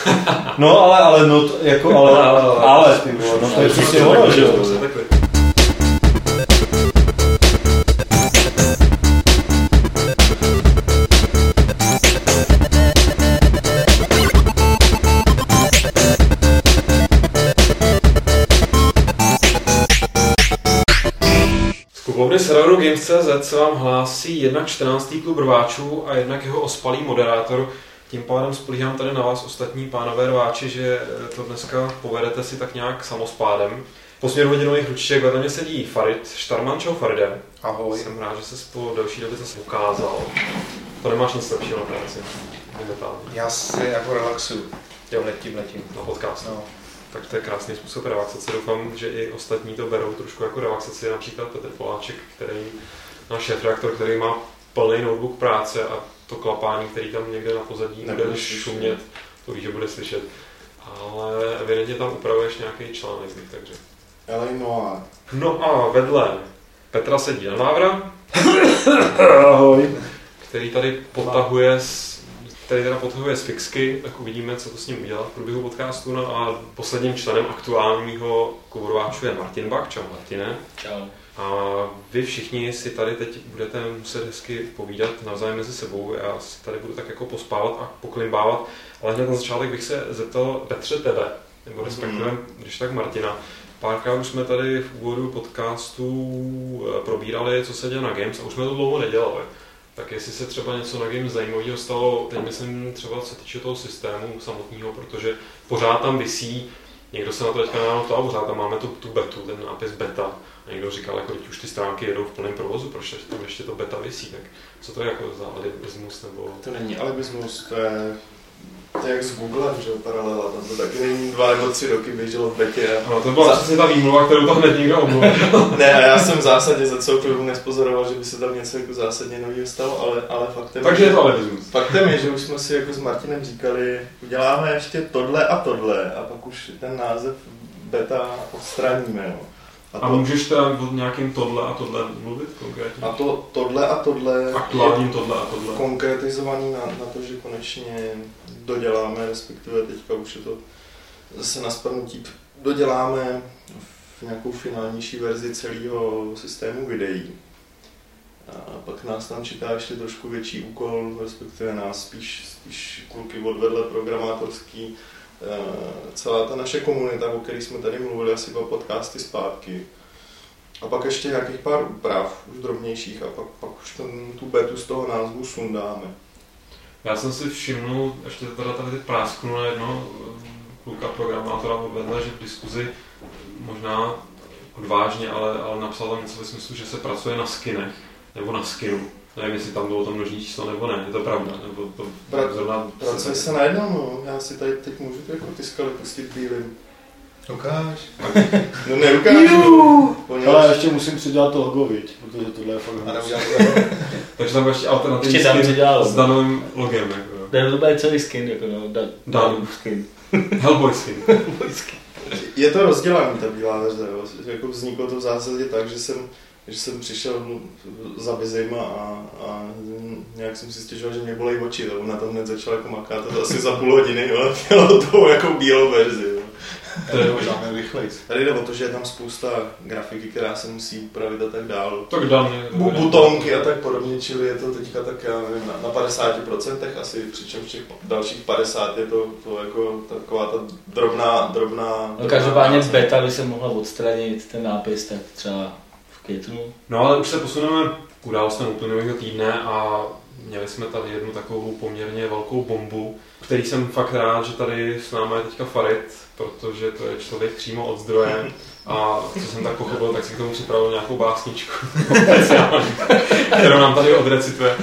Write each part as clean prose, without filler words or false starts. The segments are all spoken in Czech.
No ale, no to, jako ale, no to je přesně ono, že jo. Klubovny serveru Games.cz se vám hlásí jednak 14. klub rváčů a jednak jeho ospalý moderátor. Tím pádem spolíhám tady na vás ostatní pánové rváči, že to dneska povedete si tak nějak samospádem. Po směru hodinových ručiček vedle mě sedí Farid Štarman. Čau Faride. Ahoj. Jsem rád, že se po delší době zase ukázal. To nemáš nic lepšího na práci. Já si jako relaxuju. Jo, letím. Na podcast. No. Tak to je krásný způsob relaxace. Doufám, že i ostatní to berou trošku jako relaxaci. Například Petr Poláček, který náš šéfredaktor, který má plný notebook práce a to klapání, který tam někde na pozadí bude šumět, to víš, že bude slyšet. Ale evidentně tam upravuješ nějaký článek z nich, takže. No a vedle Petra sedí Jan Vávra. Ahoj. Který tady potahuje z fixky, tak uvidíme, co to s ním udělá v průběhu podcastu. No a posledním členem aktuálního kluborváčů je Martin Bach. Čau Martine. Čau. A vy všichni si tady teď budete muset hezky povídat navzájem mezi sebou. Já si tady budu tak jako pospávat a poklimbávat, ale hned na začátek bych se zeptal Petře tebe, nebo respektive, když tak Martina. Párkrát už jsme tady v úvodu podcastu probírali, co se děje na Games a už jsme to dlouho nedělali. Tak jestli se třeba něco na Games zajímavého stalo, teď myslím třeba co se týče toho systému samotného, protože pořád tam visí, někdo se na to teďka ptal, pořád tam máme tu betu, ten nápis beta. A někdo říkal, jako teď už ty stránky jedou v plném provozu, proč tam ještě to beta visí, tak co to je jako za alibismus nebo... To není alibismus, to je jak s Googlem, že jo, paralela, tam to taky není 2 nebo 3 roky běželo v betě. No to byla přesně ta výmluva, kterou tam hned někdo omluvil. Ne, a já jsem v zásadě za celou dobu nespozoroval, že by se tam něco jako zásadně nového stalo, ale faktem takže je to alibismus. Faktem je, že už jsme si jako s Martinem říkali, uděláme ještě tohle a pak už ten název beta odstraníme, no. A můžeš teda o nějakým tohle a tohle mluvit konkrétně? A to tohle a tohle aktuálním tohle a tohle. Konkretizovaný na to, že konečně doděláme, respektive teďka už je to zase na spadnutí, doděláme v nějakou finálnější verzi celého systému videí. A pak nás tam čeká ještě trošku větší úkol, respektive nás spíš kluky odvedle programátorský, celá ta naše komunita, o které jsme tady mluvili asi 2 podcasty zpátky. A pak ještě nějakých pár úprav, už drobnějších, a pak už tu betu z toho názvu sundáme. Já jsem si všimnul, ještě teda tady prásknu na jedno kluka programátora odvedle, že v diskuzi možná odvážně, ale napsal tam něco ve smyslu, že se pracuje na skinech, nebo na skinu. Nevím, jestli tam bylo to množní číslo nebo ne, je to pravda, nebo to zrovna... Pracuje se na jednom, no. Já si tady teď můžu to jako ty skaly pustit bílým. Ukáž. No neukážu. Ale ještě musím přidělat to logo, viď, protože tohle je fakt takže tam ještě alternativní skin s danovým logem, jako jo. Ne, to bude celý skin, jako no, Danův skin. Hellboy skin. Je to rozdělaný, ta bílá verze, jako vzniklo to v zásadě tak, že jsem přišel za Bizejma a nějak jsem si stěžoval, že mě bolej oči, tak on na to hned začal jako makat, to asi za půl hodiny, ale mělo to jako bílou verzi. Jo. To je možná rychlejc. Tady jde o to, že je tam spousta grafiky, která se musí upravit a tak dál. Tak daně. Butonky a tak podobně, čili je to teďka tak, já nevím, na 50% asi, přičemž těch dalších 50 je to jako taková ta drobná... No každopádně z beta by se mohla odstranit ten nápis, tak třeba v květnu. No ale už se posuneme k událostem uplynulého týdne a měli jsme tady jednu takovou poměrně velkou bombu, který jsem fakt rád, že tady s námi je teďka Farid, protože to je člověk přímo od zdroje a co jsem tak pochopil, tak si k tomu připravil nějakou básničku, kterou nám tady odrecituje.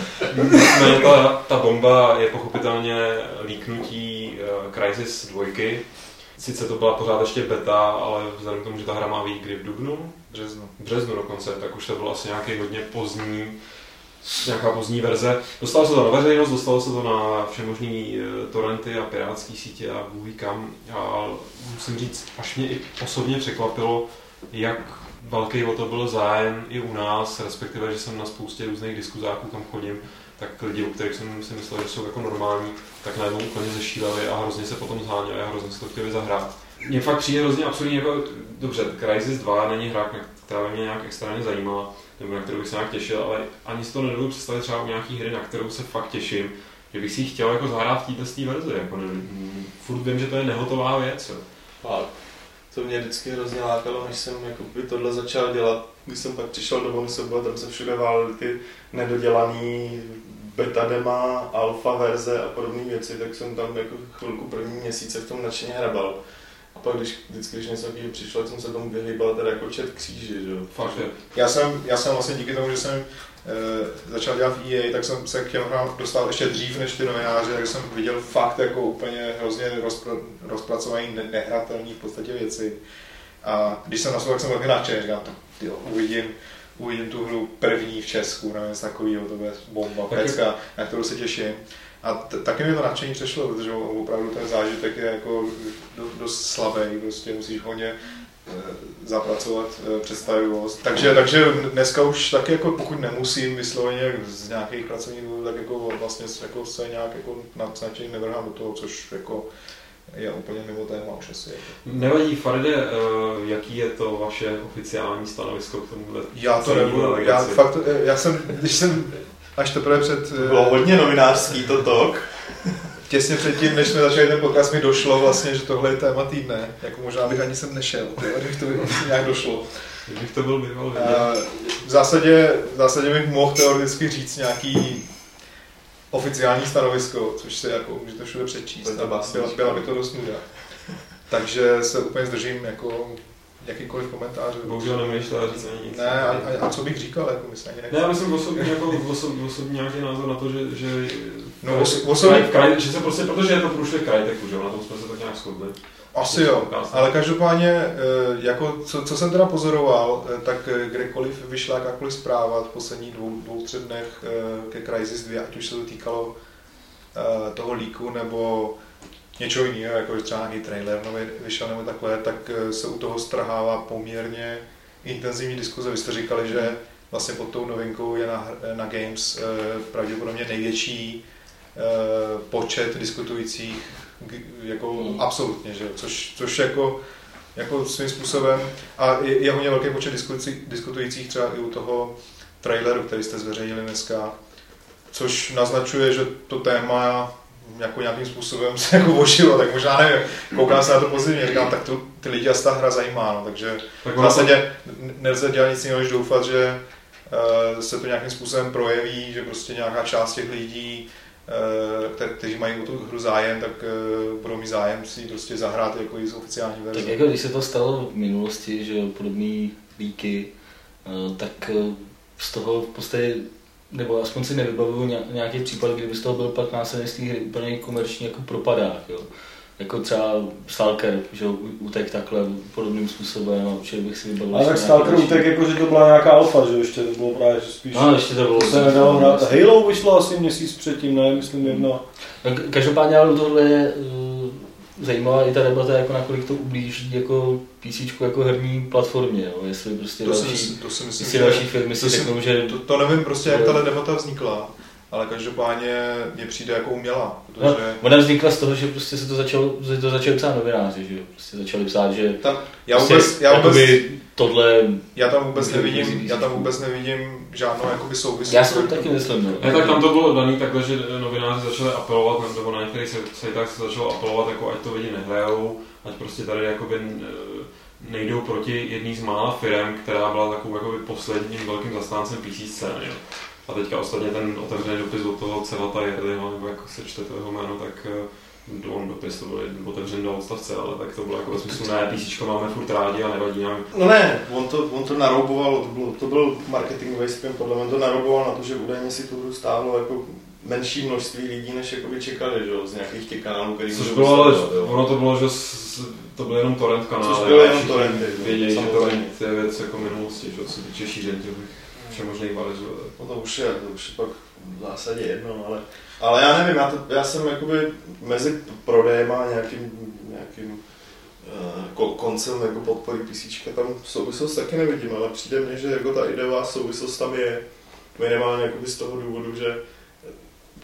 Ta bomba je pochopitelně líknutí Crysis 2. Sice to byla pořád ještě beta, ale vzhledem k tomu, že ta hra má vyjít kdy v dubnu? V březnu dokonce, tak už to bylo asi nějaká pozdní verze. Dostalo se to na veřejnost, dostalo se to na všemožný torrenty a pirátský sítě a bůh ví kam. A musím říct, až mě i osobně překvapilo, jak velký o to byl zájem i u nás, respektive, že jsem na spoustě různých diskuzáků, kam chodím, tak lidi, u kterých jsem si myslel, že jsou jako normální, tak najednou úplně zešíleli a hrozně se potom zháněli a hrozně se to chtěli zahrát. Mně fakt přijde hrozně absurdní, jako, dobře, Crysis 2 není hra, která by mě nějak extrémně zajímala, nebo na kterou bych se nějak těšil, ale ani si to nedovedu představit třeba u nějaký hry, na kterou se fakt těším, že bych si ji chtěl jako zahrát v této verzi, jako furt vím, že to je nehotová věc. Jo. To mě vždycky hrozně lákalo, než jsem tohle začal dělat, když jsem pak přišel do Bonusobu a tam se všude válely ty nedodělaný beta dema, alfa verze a podobné věci, tak jsem tam jako chvilku první měsíce v tom nadšeně hrabal. A pak vždycky, když něco takového přišlo, tak jsem se tomu vyhýbal teda jako čert kříži, že jo. Fakt je. Já jsem vlastně díky tomu, že jsem začal dělat v EA, tak jsem se k těm hrám dostal ještě dřív než ty novináři, tak jsem viděl fakt jako úplně hrozně rozpracovaný, nehratelný v podstatě věci. A když jsem naslouchal, tak jsem velmi nadšený, říkám, tak tyjo, uvidím tu hru první v Česku, nevím, něco takového, to bude bomba, pecka, na kterou se těším. A taky mi to nadšení přešlo, protože opravdu ten zážitek je jako dost slabý, prostě musíš hodně zapracovat představivost. Takže dneska už taky jako pokud nemusím vysloveně z nějakých pracovních důvodů, tak jako vlastně jako se nějak jako nadšení nevrhám do toho, což jako je úplně mimo téma už asi. Nevadí, Faride, jaký je to vaše oficiální stanovisko k tomuhle? Já to nebudu, já jsem, když jsem až teprve před... Bylo hodně novinářský to tok. Těsně předtím, než jsme začali ten podcast, mi došlo vlastně, že tohle je téma týdne. Jako možná bych ani sem nešel, kdybych to nějak došlo. Kdybych to byl býval v zásadě bych mohl teoreticky říct nějaký oficiální stanovisko, což se jako můžete všude přečíst. Byla by to dost nuda. Takže se úplně zdržím jako jakýkoliv komentář. Bohužel nemůžeš teda říct ani nic. Ne, a co bych říkal, jako my se ani nechci. Ne, já myslím osobní nějaký názor na to, že že se prostě, protože je to průšvih Cryteku, že jo, na tom jsme se tak nějak shodli. Asi jo, ale každopádně, jako, co jsem teda pozoroval, tak kdekoliv vyšla jakákoliv zpráva v posledních dvou, 3 dnech ke Crysis 2, ať už se to týkalo toho leaku nebo něčeho jiného, jako třeba nějaký trailer nový vyšel nebo takhle, tak se u toho strhává poměrně intenzivní diskuze. Vy jste říkali, že vlastně pod tou novinkou je na Games pravděpodobně největší počet diskutujících, jako absolutně, že? Což jako svým způsobem, a je hodně velký počet diskutujících třeba i u toho traileru, který jste zveřejnili dneska, což naznačuje, že to téma jako nějakým způsobem se jako ožilo, tak možná nevím, koukám se na to pozitivně, říkám, tak ty lidi asi ta hra zajímá, no, takže v zásadě nelze dělat nic jiného, než doufat, že se to nějakým způsobem projeví, že prostě nějaká část těch lidí, kteří mají o tu hru zájem, tak budou mít zájem si prostě zahrát jako i z oficiální verze. Tak jako když se to stalo v minulosti, že podobný leaky, tak z toho v podstatě, nebo aspoň si nevybavuju nějaký případ, kdyby z toho byl pak následně z té hry úplně komerční jako propadák, jo. Jako třeba Stalker, že utek takhle podobným způsobem, a určitě bych si vybavil. Ale tak Stalker utek jako, že to byla nějaká alfa, že ještě to bylo právě, že spíš... No, ještě to bylo. To se nedalo hrát. Halo vyšlo asi měsíc předtím, ne, myslím jedno. Každopádně ale tohle je zajímavá i ta debata, jako nakolik to ublíží jako PCčku jako herní platformě, jo? Jestli prostě další firmy si řeknou, že... To nevím prostě, jak tato debata vznikla. Ale každopádně mě přijde jako umělá, protože... No, ona vznikla z toho, že prostě se to začali psát novináři, že jo? Prostě začali psát, že... Já tam vůbec nevidím žádnou jakoby souvislost. Já si to taky myslím, no. Ne, tak tam to bylo daný takhle, že novináři začali apelovat, nebo na některých sajtách se začalo apelovat, jako ať to lidi nehrajou, ať prostě tady jakoby nejdou proti jedný z mála firem, která byla takovou jakoby posledním velkým zastáncem PC scény, jo. A teďka ostatně ten otevřený dopis od toho Celata Jerdyho, nebo jako se čte to jeho jméno, tak on dopis to byl otevřený do odstavce, ale tak to bylo jako ve smyslu, ne, PCčko máme furt rádi a nevadí nám. No ne, on to narouboval, to byl marketingový spin, podle mě to narouboval na to, že údajně si tu hru stálo jako menší množství lidí, než jakoby čekali, že jo, z nějakých těch kanálů, který což bylo, ale ono to bylo, že to byl jenom torrent kanály. Což bylo jenom torrenty. Vědějí, že torrent je věc jako minulosti, že co se týče šíření těch všemožných valizů. No to už je pak v zásadě jedno, ale já nevím, já jsem jakoby mezi prodejem a nějakým koncem jako podpory PCčka tam souvislost taky nevidím, ale přijde mně, že jako ta ideová souvislost tam je minimálně jakoby z toho důvodu, že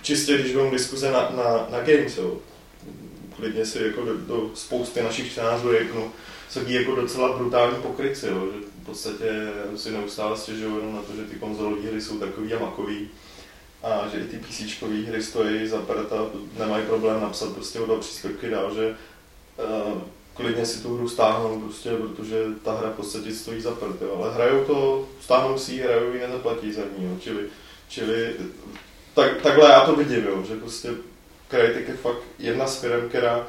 čistě když mám diskuze na games, jo. Klidně si jako do spousty našich čtenářů řeknu, jsou jako docela brutální pokryci, jo, že v podstatě si neustále stěžují jenom na to, že ty konzolové hry jsou takový a makový a že i ty PCčkové hry stojí za prd a nemají problém napsat prostě o 2 příspěvky dál, že klidně si tu hru stáhnou prostě, protože ta hra v podstatě stojí za prd, jo, ale hrajou to, stáhnou si ji, hrajou ji, nezaplatí za ní, jo, čili takhle já to vidím, jo, že prostě Crytek je fakt jedna z firm, která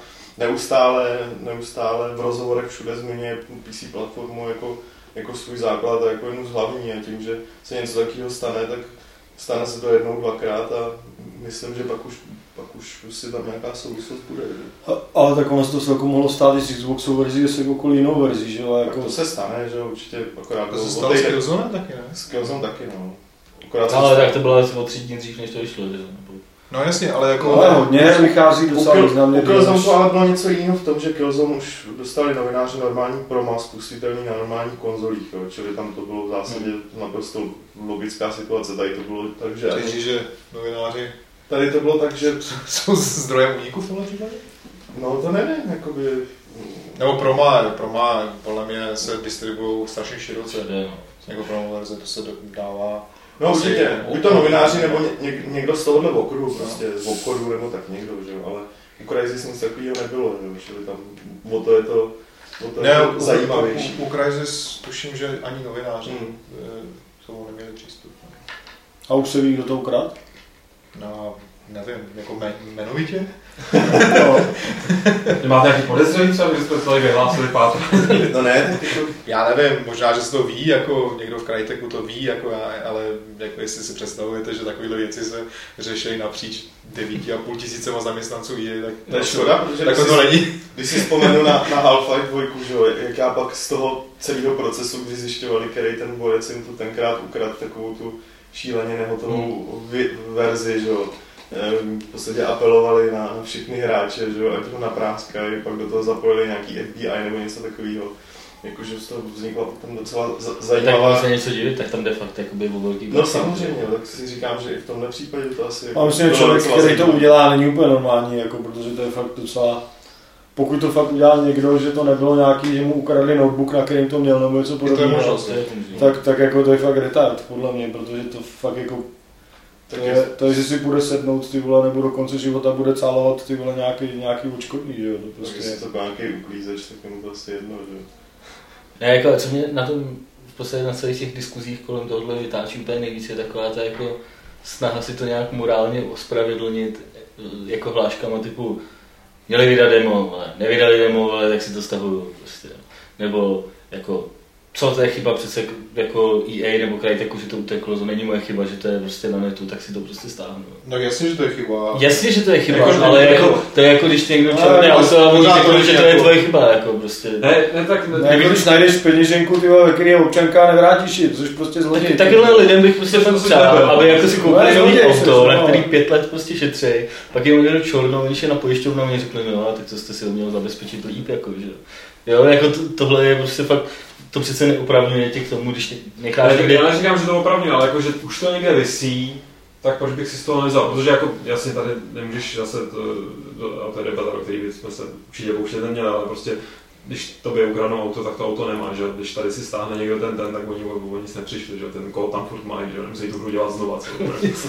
neustále v rozhovorech všude zmiňuje PC platformu jako svůj základ a jako jednu z hlavní a tím, že se něco takového stane, tak stane se to 1-2krát a myslím, že pak už si tam nějaká souvislost bude. Ale tak ono se to celkem mohlo stát i s Xboxovou verzí, jestli jakoukoliv jinou verzi, že jo? Jako... To se stane, že určitě akorát... To se stalo s Killzonem taky, ne? S Killzone taky, no. Ale tak to bylo o 3 dní dřív, než to vyšlo, že? No jasně, ale jako... Ale hodně vychází docela významně. U Killzone to ale bylo něco jiného v tom, že Killzone už dostali novináři normální promo spustitelný na normálních konzolích, jo. Čili tam to bylo v zásadě naprosto logická situace, tady to bylo tak, že... že novináři... Tady to bylo tak, že... Jsou zdrojem úniku v tomhle případě? No to nevím, jakoby... Nebo proma podle mě se distribuují strašně široce, jako promo verze, to se dává... No určitě, buď to novináři nebo někdo z tohohle okruhu, prostě z obchodu nebo tak někdo, že jo, ale u Crysis nic takového nebylo, že? Čili tam o to je to zajímavější. U Crysis tuším, že ani novináři tomu neměli přístup. A už se ví, kdo to ukradl? No, nevím, jako jmenovitě? No. Máte nějaký podezření třeba, že jste tady vyhlásili pátro? No ne, já nevím, možná, že se to ví, jako někdo v Cryteku to ví, jako já, ale jako jestli si představujete, že takovéhle věci se řeší napříč 9,5 tisícema zaměstnanců tak to je škoda, protože tak to není. Když si vzpomenu na Half-Life 2, že jo, jak já pak z toho celého procesu, kdy zjišťovali, který ten bojec jim tu tenkrát ukradl takovou tu šíleně nehotovou verzi, že jo. V podstatě apelovali na všechny hráče, že jo, ať ho napráskají, pak do toho zapojili nějaký FBI nebo něco takového. Jakože z toho vznikla potom docela zajímavá... Tak se něco divit, tak tam de facto jakoby o velký... No samozřejmě, tak si říkám, že i v tomhle případě to asi... A myslím, že člověk, který to udělá, není úplně normální, jako, protože to je fakt docela... Pokud to fakt udělal někdo, že to nebylo nějaký, že mu ukradli notebook, na kterým to měl, nebo něco podobného, tak jako to je fakt retard, podle mě, protože to fakt jako... To je, že si bude sednout, ty vole, nebo do konce života bude cálovat, ty vole, nějaký odškodný, že jo, to prostě... Když si to nějaký uklízeč, tak je mu prostě jedno, že jo. Ne, jako, co mě na tom, v podstatě na celých těch diskuzích kolem tohohle vytáčí úplně nejvíc, je taková ta jako snaha si to nějak morálně ospravedlnit, jako hláškama typu měli vydat demo, ale nevydali demo, ale tak si to stahuju, prostě, nebo jako co to je chyba přece jako EA nebo Cryteku, že to uteklo, to není moje chyba, že to je prostě na netu, tak si to prostě stáhnu. No jasně, že to je chyba. Jasně, že to je chyba, jako, ale jako, to je jako když někdo černý auto a oni řeknou, že to je tvoje chyba, jako prostě. Ne, když najdeš peněženku, ty ve který je občanka a nevrátíš ji, což prostě zloděj. Takovýmhle lidem bych prostě fakt přál, aby jako si koupili nový auto, na který 5 let prostě šetří, pak jim někdo čornou, když je na pojišťovnu a mě řekli, no tak to jste si měl zabezpečit líp, jako, že jo, jako tohle je prostě fakt. To přece neopravňuje tě k tomu, když necháš někde... Já neříkám, že to opravňuje, ale jako, že už to někde visí, tak proč bych si z toho nevzal? Protože jako jasně tady nemůžeš zase, a to je debata, o který bychom se určitě pouštět neměli, ale prostě když tobě ukradnou auto, tak to auto nemá, že? Když tady si stáhne někdo ten, tak oni o nic nepřišli, že? Ten kód tam furt mají, že? Nemusí tu hru dělat znova, co?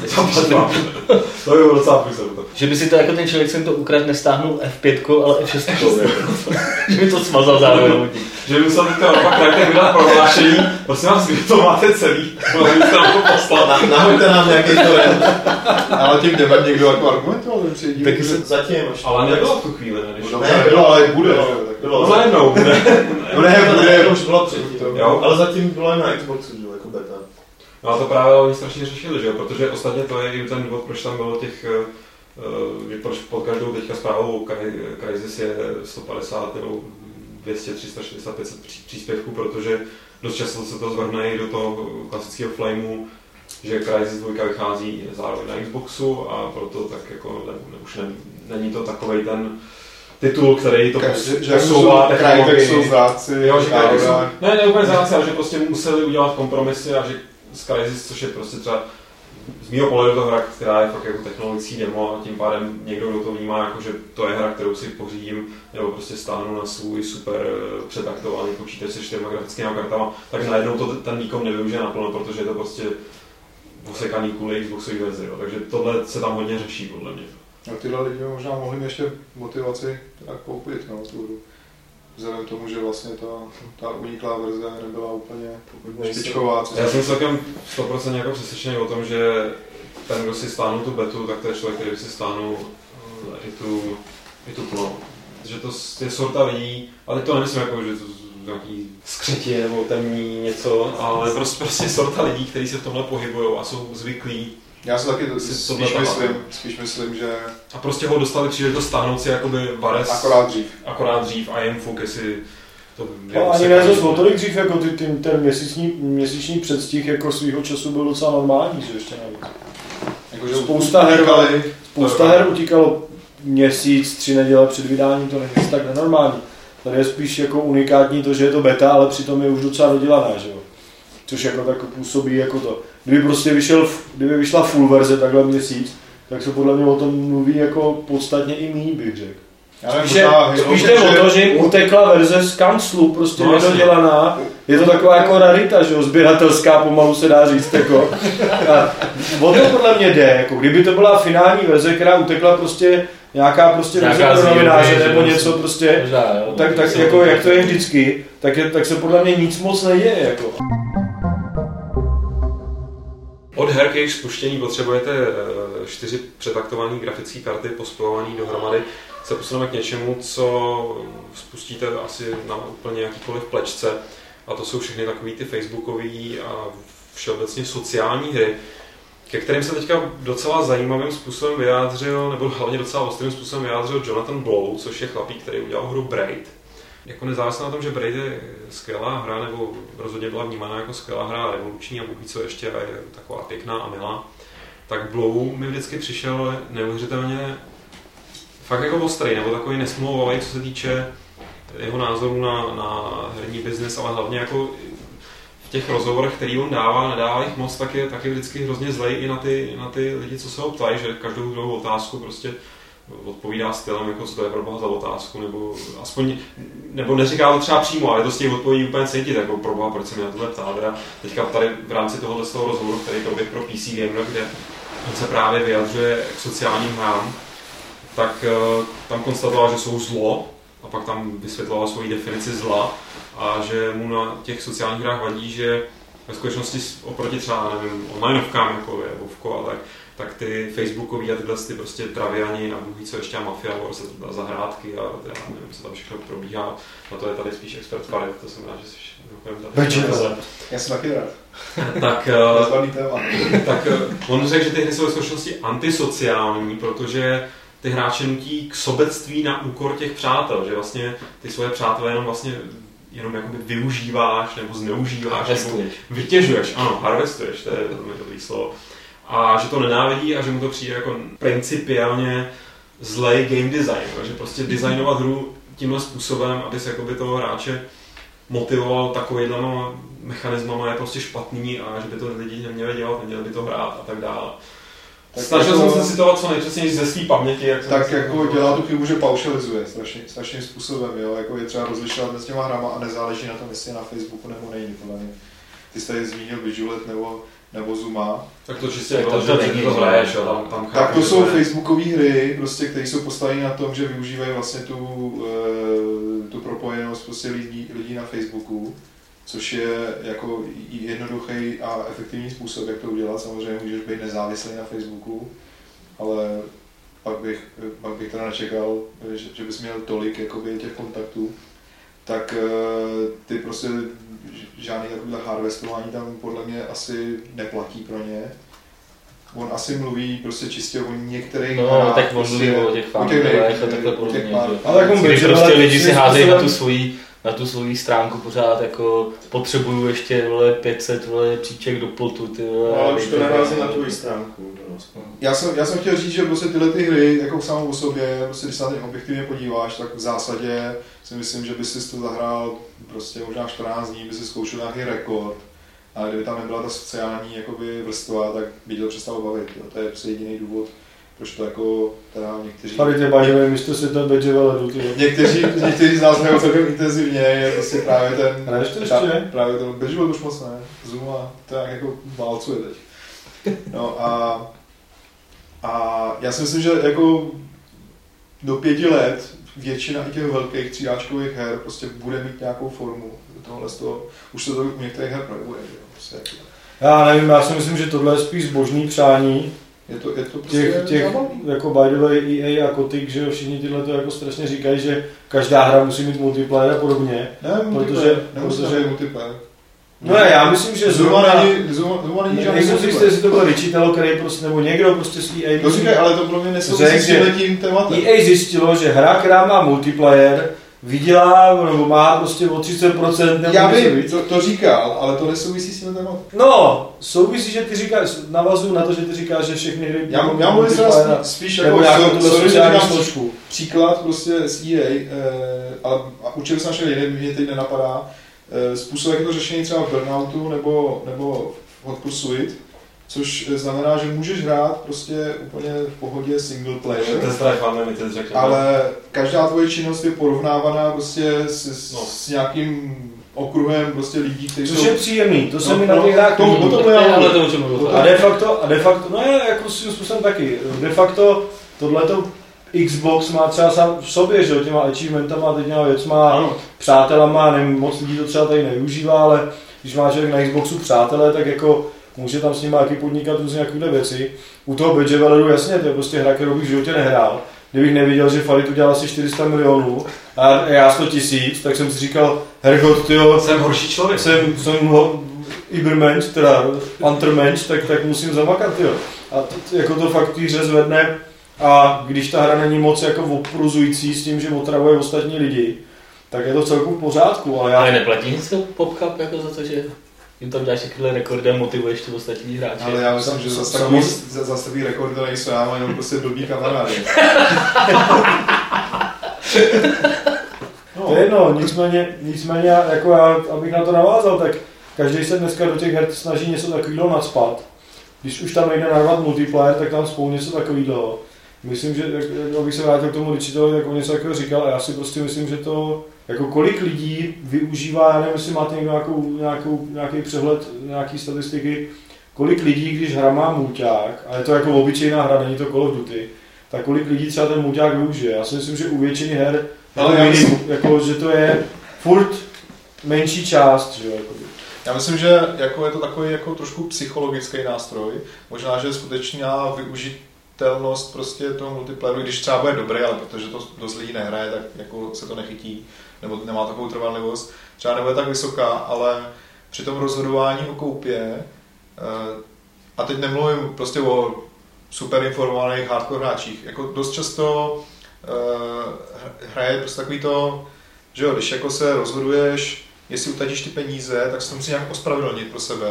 To je docela působ. Že by si to jako ten člověk sem to ukradl nestáhnul F5, ale F6, že by to smazal zároveň. Že by musel teďka opak Crytek vydat prohlášení, prosím vás, vy to máte celý, byste nám to poslat. Nahoďte nám nějaký torrent. Ale tím debat někdo jako argumentoval, taky se zatím. Ale nebylo v tu chvíli, ne? Nebylo, ale bude. No najednou bude. No ne, to už bylo předtím. Ale zatím bylo i na Xboxu, že jako beta. No a to právě oni strašně řešili, že jo? Protože ostatně to je i ten důvod, proč tam bylo těch, proč pod každou teďka zprávou Crysis je 150 nebo 200, 300, 400, 500 příspěvků, protože dost často se to zvrhne i do toho klasického flameu, že Crysis 2 vychází zároveň na Xboxu a proto tak jako už není to takovej ten titul, který to posouvá technologii. Jsou zráci, ne úplně zráci, ale že prostě museli udělat kompromisy a že z Crysis, což je prostě třeba z mého pohledu to hra, která je fakt jako technologický demo a tím pádem někdo, kdo to vnímá jako, že to je hra, kterou si pořídím nebo prostě stáhnu na svůj super přetaktovaný počítač se 4 grafickými kartama, tak najednou to ten výkon nevyužije naplno, protože je to prostě osekaný kvůli Xboxový verzi, jo. Takže tohle se tam hodně řeší podle mě. A tyhle lidi možná mohli ještě motivaci koupit, no, tu hru. Vzhledem k tomu, že vlastně ta uniklá verze nebyla úplně špičková. Já jsem celkem 100% jako přesvědčený o tom, že ten, kdo si stáhnul tu betu, tak to je člověk, který si stáhnul i tu plnou. Že to je sorta lidí, ale to nemyslím jako, že to nějaký skřeti nebo temní něco, ale prostě sorta lidí, kteří se v tomhle pohybujou a jsou zvyklí. Já si taky spíš myslím, že... A prostě ho dostali příležitost stáhnout si jakoby Vares akorát dřív a jen fuk, jestli to... No, ani ne zase o tolik dřív, jako ten měsíční předstih jako svýho času byl docela normální, že ještě navíc. Jako, že spousta her utíkalo měsíc, 3 neděle před vydáním, to není tak nenormální. Tady je spíš jako unikátní to, že je to beta, ale přitom je už docela dodělaná, že jo. Což jako tak působí jako to. Kdyby vyšla full verze takhle měsíc, tak se podle mě o tom mluví jako podstatně i méně, bych řekl. Spíš jde o to, že jim utekla verze z kanclu, prostě nedodělaná. Je to taková jako rarita, že jo, sběratelská, pomalu se dá říct, jako. A o to podle mě jde, jako kdyby to byla finální verze, která utekla prostě nějaká prostě verze pro novináře nebo něco prostě, tak jako jak to je vždycky, tak se podle mě nic moc neděje, jako. Od her k jejich spuštění potřebujete 4 přetaktované grafické karty pospojované dohromady. Se posuneme k něčemu, co spustíte asi na úplně jakýkoliv plečce. A to jsou všechny takové ty facebookové a všeobecně sociální hry, ke kterým se teďka docela zajímavým způsobem vyjádřil, nebo hlavně docela ostrým způsobem vyjádřil Jonathan Blow, což je chlapík, který udělal hru Braid. Jako nezávisle na tom, že Braid je skvělá hra, nebo rozhodně byla vnímána jako skvělá hra, revoluční a Bůh ví co ještě, je taková pěkná a milá, tak Blow mi vždycky přišel neuvěřitelně fakt jako ostrý, nebo takový nesmlouvavý, co se týče jeho názorů na herní biznis, ale hlavně jako v těch rozhovorech, který on nedává jich moc, tak je vždycky hrozně zlej i na ty lidi, co se ho ptají, že každou druhou otázku prostě odpovídá stylem, jako co to je pro boha za otázku, nebo aspoň, nebo neříká to třeba přímo, ale to z těch odpovědí úplně cítit, jako pro boha, proč se mi na tohle ptá. Teďka tady v rámci tohohle rozhovoru, který to pro PC Gamer, kde on se právě vyjadřuje k sociálním hrám, tak tam konstatoval, že jsou zlo, a pak tam vysvětloval svoji definici zla a že mu na těch sociálních hrách vadí, že ve skutečnosti oproti třeba, nevím, onlineovkám, jako je Vovko a tak ty facebookový a tyhle ty prostě traviani a Bůh ví co ještě a Mafia Wars a zahrádky a teda nevím, co tam všechno probíhá. Na to je tady spíš expert Farid, to jsem rád, že jsi Já jsem taky rád. tak on řekl, že ty hry jsou ve skutečnosti antisociální, protože ty hráče nutí k sobectví na úkor těch přátel, že vlastně ty svoje přátelé jenom jakoby využíváš nebo zneužíváš, nebo vytěžuješ, ano, harvestuješ, to je dobrý slovo. A že to nenávidí a že mu to přijde jako principiálně zlej game design, že prostě designovat hru tímhle způsobem, aby se jakoby toho hráče motivoval takovýhlema mechanismama je prostě špatný a že by to lidi neměli dělat, neměli by to hrát a tak dále. Snažil jsem se citovat co nejpřesněji ze svý paměti. Tak jako dělá tu chybu, že paušalizuje strašným způsobem, jo? Jako je třeba rozlišovat mezi těma hrama a nezáleží na tom, jestli je na Facebooku nebo není. Ty jsi tady zmínil Vigilet nebo Zuma. Tak to čistě bylo, že to hraješ, tam tak to jsou facebookové hry, prostě, které jsou postaveny na tom, že využívají vlastně tu propojenost prostě lidí na Facebooku, což je jako jednoduchý a efektivní způsob, jak to udělat. Samozřejmě můžeš být nezávislý na Facebooku, ale pak bych teda nečekal, že bys měl tolik jakoby, těch kontaktů. Tak ty prostě žádný takovýhle harvestování tam podle mě asi neplatí pro ně. On asi mluví prostě čistě o některých hrách. Tak on mluví o těch fanklubech a takhle podobně. Když prostě lidi si házejí na tu svoji stránku pořád jako potřebuju ještě 500 příček do plotu. Ale už to nehází na tvou stránku. Já jsem chtěl říct, že prostě tyhle ty hry jako samou o sobě, prostě, když se na ně objektivně podíváš, tak v zásadě si myslím, že by si to zahrál prostě možná 14 dní, by si zkoušel nějaký rekord ale kdyby tam nebyla ta sociální jakoby vrstva, tak by tě to přestalo bavit. Jo. To je prostě jediný důvod, proč to jako teda někteří... Tady tě bažové místo si to bedže veledu, ty. Někteří z nás hrajou celkem intenzivně, je prostě právě ten... Hraješ to ještě? Právě to bedže už moc ne, Zoom a to jako válcuje teď. No a já si myslím, že jako do 5 let většina i těch velkých tříáčkových her prostě bude mít nějakou formu. Tohle z toho, už se to u některých her projevuje. Prostě já nevím, já si myslím, že tohle je spíš zbožný přání. Je to prostě těch jako by the way EA a Kotick, že všichni tyhle to jako strašně říkají, že každá hra musí mít multiplayer a podobně. Ne, protože multiplayer. No já myslím, že Zuma není žádný multiplayer. Jestli to bylo vyčítalo, který prostě, nebo někdo prostě z EA... To říkají, ale to pro mě nesouvisí s tím tématem. EA zjistilo, že hra, která má multiplayer, vydělá, nebo má prostě o 30%. Nebo já vím, to říkal, ale to nesouvisí s tím tématem. No, souvisí, že ty říkáš, navazuju na to, že ty říkáš, že všechny hry... Já mluvím spíš jako sociální složku. Příklad prostě z EA, a učili se naše lidi, mě teď nenapadá, způsob, jak je to řešení třeba v Burnoutu nebo v Hot Pursuit, což znamená, že můžeš hrát prostě úplně v pohodě single player, ale každá tvoje činnost je porovnávaná prostě s nějakým okruhem prostě lidí, kteří což je příjemný, to se mi na těch hrách a de facto, no je jako svým způsobem taky, de facto tohleto Xbox má třeba sám v sobě, že jo, těma achievementama, těma věcma, přátelama, nevím, moc lidí to třeba tady nevyužívá, ale když má člověk na Xboxu přátelé, tak jako může tam s nimi taky podnikat různě nějaké věci. U toho Badge Valeru jasně, to je prostě hra, kterou bych v životě nehrál. Kdybych neviděl, že Farid udělal asi 400 milionů a já 100 000, tak jsem si říkal, hergot, tyjo, jsem horší člověk. Jsem Ibermensch, teda Untermensch, tak musím zamakat, tyjo. A jako to fakt tý hře zvedne a když ta hra není moc jako opruzující s tím, že otravuje ostatní lidi, tak je to celku v pořádku, ale já... Ale neplatí se PopCap jako za to, že jim tam děláš takovýhle rekordy a motivuješ ty ostatní hráče. Ale já myslím, že zase takový rekordy nejsou, já mám jenom prostě blbý kamarády. To je jedno, nicméně jako já, abych na to navázal, tak každý se dneska do těch her snaží něco takového nacpat. Když už tam nejde narvat multiplayer, tak tam spolu něco takového. Myslím, že, abych se vrátil k tomu Richitovi, tak on něco takového říkal a já si prostě myslím, že to, jako kolik lidí využívá, já nevím, jestli máte nějaký přehled, nějaký statistiky, kolik lidí, když hra má mulťák, a je to jako obyčejná hra, není to Call of Duty, tak kolik lidí třeba ten mulťák využije. Já si myslím, že u většiny her, jako, že to je furt menší část, že jo. Já myslím, že jako je to takový jako trošku psychologický nástroj, možná, že skutečná využitelnost prostě toho multiplayeru, když třeba bude dobrý, ale protože to dost lidí nehraje, tak jako se to nechytí, nebo nemá takovou trvanlivost, třeba nebude tak vysoká, ale při tom rozhodování o koupě, a teď nemluvím prostě o super informovaných hardcore hráčích, jako dost často hraje prostě takový to, že jo, když jako se rozhoduješ, jestli utatíš ty peníze, tak se to musí nějak ospravedlnit pro sebe.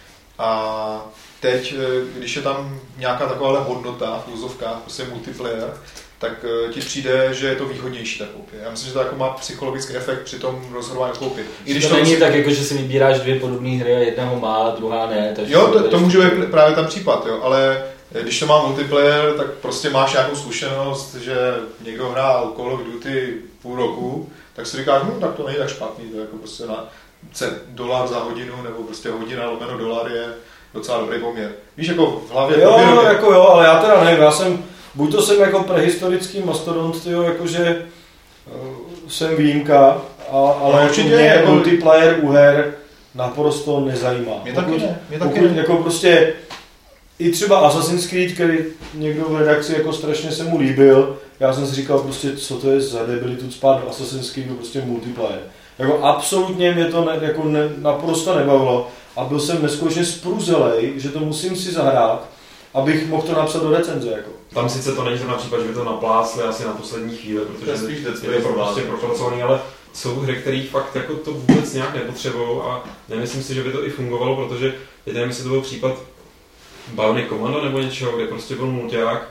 A teď, když je tam nějaká taková hodnota v úzovkách, prostě multiplayer, tak ti přijde, že je to výhodnější ta koupě. Já myslím, že to jako má psychologický efekt při tom rozhodování o koupě. I když to není tak, jako, že si vybíráš 2 podobné hry a jedna ho má, druhá ne. Jo, to může být právě ten případ, jo, ale když to má multiplayer, tak prostě máš nějakou zkušenost, že někdo hrál Call of Duty půl roku, tak si říkáš, tak to není tak špatný, to je jako prostě na $1 za hodinu, nebo prostě hodina lomeno $1 je docela dobrý poměr. Víš, jako v hlavě... Jo, ale já teda nevím, buď to jsem jako prehistorický mastodont, tyjo, jakože jsem výjimka, ale určitě mě jako multiplayer u her naprosto nezajímá. Mě taky ne. Jako prostě i třeba Assassin's Creed, který někdo v redakci jako strašně se mu líbil, já jsem si říkal prostě, co to je za debilitu spát v Assassin's Creedu, prostě multiplayer. Jako absolutně mě to naprosto nebavilo a byl jsem neskutečně spruzelej, že to musím si zahrát, abych mohl to napsat do recenze. Jako. Tam sice to není to například, že by to naplácli asi na poslední chvíli, protože je to prostě propracovaný, ale jsou hry, které fakt jako to vůbec nějak nepotřebují a nemyslím si, že by to i fungovalo, protože teď nevím, jestli to byl případ Bionic Commando nebo něčeho, kde prostě byl mulťák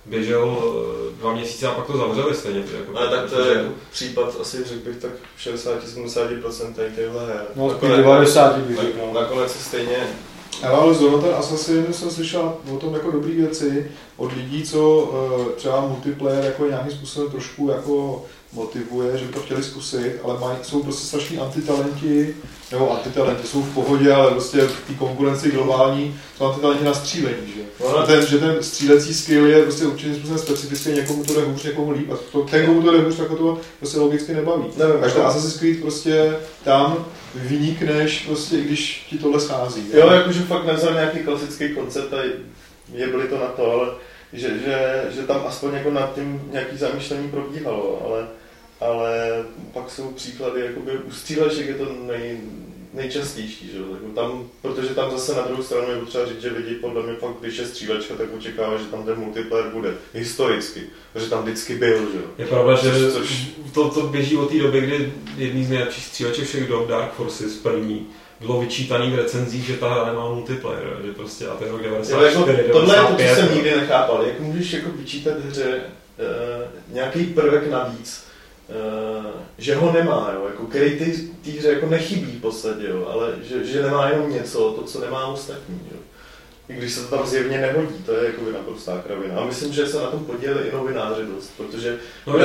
běžel 2 měsíce a pak to zavřeli stejně. Jako, ale tak to je jako případ, asi řekl bych tak 60-70% těchto her. No, 90 bych řekl. Nakonec se stejně... Ale zrovna ten Assassin jsem slyšel o tom jako dobrý věci od lidí, co třeba multiplayer jako nějakým způsobem trošku jako motivuje, že by to chtěli zkusit, ale jsou prostě strašní antitalenti, jsou v pohodě, ale prostě v té konkurenci globální jsou antitalenti na střílení, že? Že ten střílecí skill je prostě určitým způsobem specifický, někomu to jde hůř, někomu líp, a ten, komu to jde hůř, tak to prostě logicky nebaví. Takže ten Assassin's Creed prostě tam vynikneš, prostě, i když ti tohle schází. Jo, jakože fakt nevzal nějaký klasický koncept a byli to na to, ale že tam aspoň jako nad tím nějaký zamýšlení probíhalo, ale pak jsou příklady, jakoby u stříleček je to nejčastější, že? Tam, protože tam zase na druhou stranu je potřeba říct, že lidi podle mě fakt, když je střílečka, tak očekává, že tam ten multiplayer bude historicky, protože tam vždycky byl, že? Je pravda, že to běží od té doby, kdy jedný z nejlepších stříleček všech dob, Dark Forces první, bylo vyčítaný v recenzích, že ta hra nemá multiplayer, že prostě a to je rok 94, tohle je to, co jsem nikdy nechápal, jak můžeš jako vyčítat hře nějaký prvek navíc, že ho nemá, jo, jako, který té hře jako nechybí v podstatě, jo, ale že nemá jenom něco, to, co nemá ostatní. Jo. I když se to tam zjevně nehodí, to je jako naprostá kravina. A myslím, že se na tom podíleli i novináři dost, protože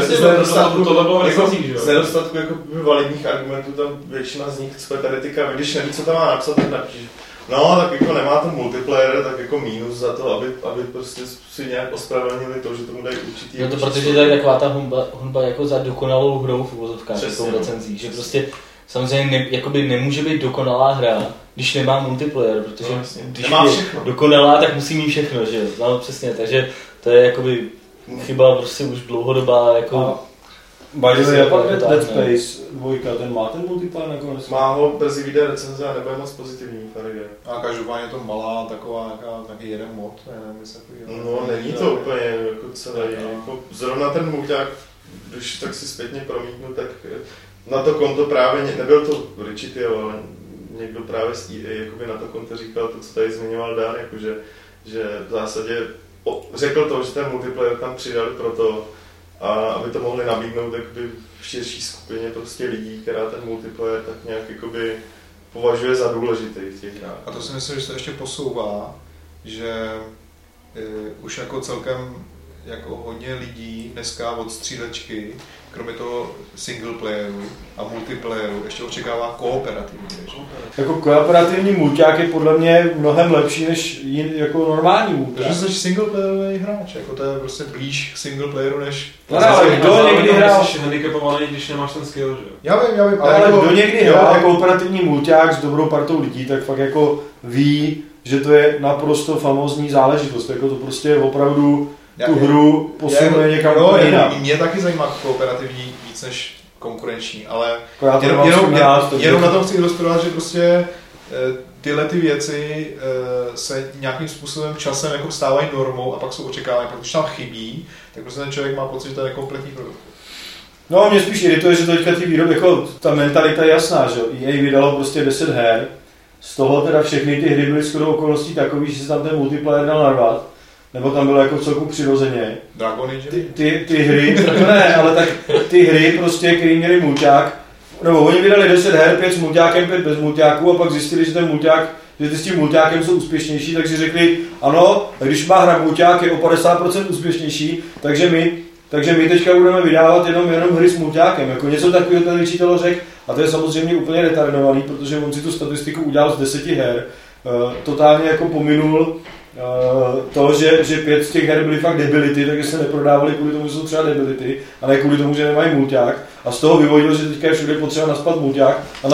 z nedostatku jako validních argumentů tam většina z nich cpe tady ty kraviny, když neví, co tam má napsat, tak napíše. No, tak jako nemá ten multiplayer, tak jako mínus za to, aby prostě si nějak ospravedlnili to, že tomu dají určitý... No to protože to je taková ta honba jako za dokonalou hrou v uvozovkách, takovou recenzí, že prostě samozřejmě jakoby nemůže být dokonalá hra, když nemá multiplayer, protože když je dokonalá, tak musí mít všechno, že jo, no, přesně, takže to je jakoby chyba prostě už dlouhodobá, jako... By the way, Dead Space 2, ten má ten multiplayer nakonec? Má ho, brzy vyjde recenze a nebude moc pozitivní Faraday. A každopádně je to malá, taková, taky jeden mod, nevím, jestli takový... No, není to úplně jako celé, jako zrovna ten mulťák, když tak si zpětně promítnu, tak na to konto právě, nebyl to Richitio, ale někdo právě z EA jakoby na to konto říkal to, co tady zmiňoval Dan, jakože, že v zásadě řekl to, že ten multiplayer tam přidali proto, a aby to mohli nabídnout jakoby v širší skupině prostě lidí, která ten multiplayer tak nějak jakoby považuje za důležitý v těch hrách. A to si myslím, že se ještě posouvá, že už jako celkem jako hodně lidí dneska od střílečky, kromě toho single playeru a multiplayeru, ještě očekává kooperativní. Jako kooperativní mulťák je podle mě mnohem lepší než jako normální mulťák. Protože jsi singleplayerový hráč, jako to je prostě blíž k singleplayeru než... No, ale kdo někdy hrál... Jsi handicapovaný, když nemáš ten skill, že jo? Já vím. Ale jako, kdo někdy hrál kooperativní mulťák s dobrou partou lidí, tak fakt jako ví, že to je naprosto famózní záležitost. Jako to prostě je opravdu tu hru posunuje někam jinam. Mě taky zajímá kooperativní víc než konkurenční, ale jenom na tom chci ilustrovat, že prostě tyhle ty věci se nějakým způsobem časem jako stávají normou a pak jsou očekávány, protože tam chybí, tak prostě ten člověk má pocit, že to je nekompletní produkt. No, mě spíš irituje, že teďka ty výroby, jako ta mentalita je jasná, že EA vydalo prostě 10 her, z toho teda všechny ty hry byly shodou okolností takový, že se tam ten multiplayer dal narvat, nebo tam bylo jako celku přirozeně. Dragon Age? Ty hry, ne, ale tak ty hry prostě, které měly mulťák, nebo oni vydali 10 her, 5 s mulťákem, 5 bez mulťáků a pak zjistili, že ten mulťák, že ty s tím mulťákem jsou úspěšnější, takže řekli, ano, když má hra mulťák je o 50% úspěšnější, takže my teďka budeme vydávat jenom hry s mulťákem, jako něco takového ten Richitelo řekl, a to je samozřejmě úplně retardovaný, protože on si tu statistiku udělal z 10 her, totálně jako pominul to, že 5 z těch her byly fakt debility, takže se neprodávali kvůli tomu, že jsou třeba debility, a ne kvůli tomu, že nemají mulťák. A z toho vyvodil, že teďka je všude potřeba naspat mulťák a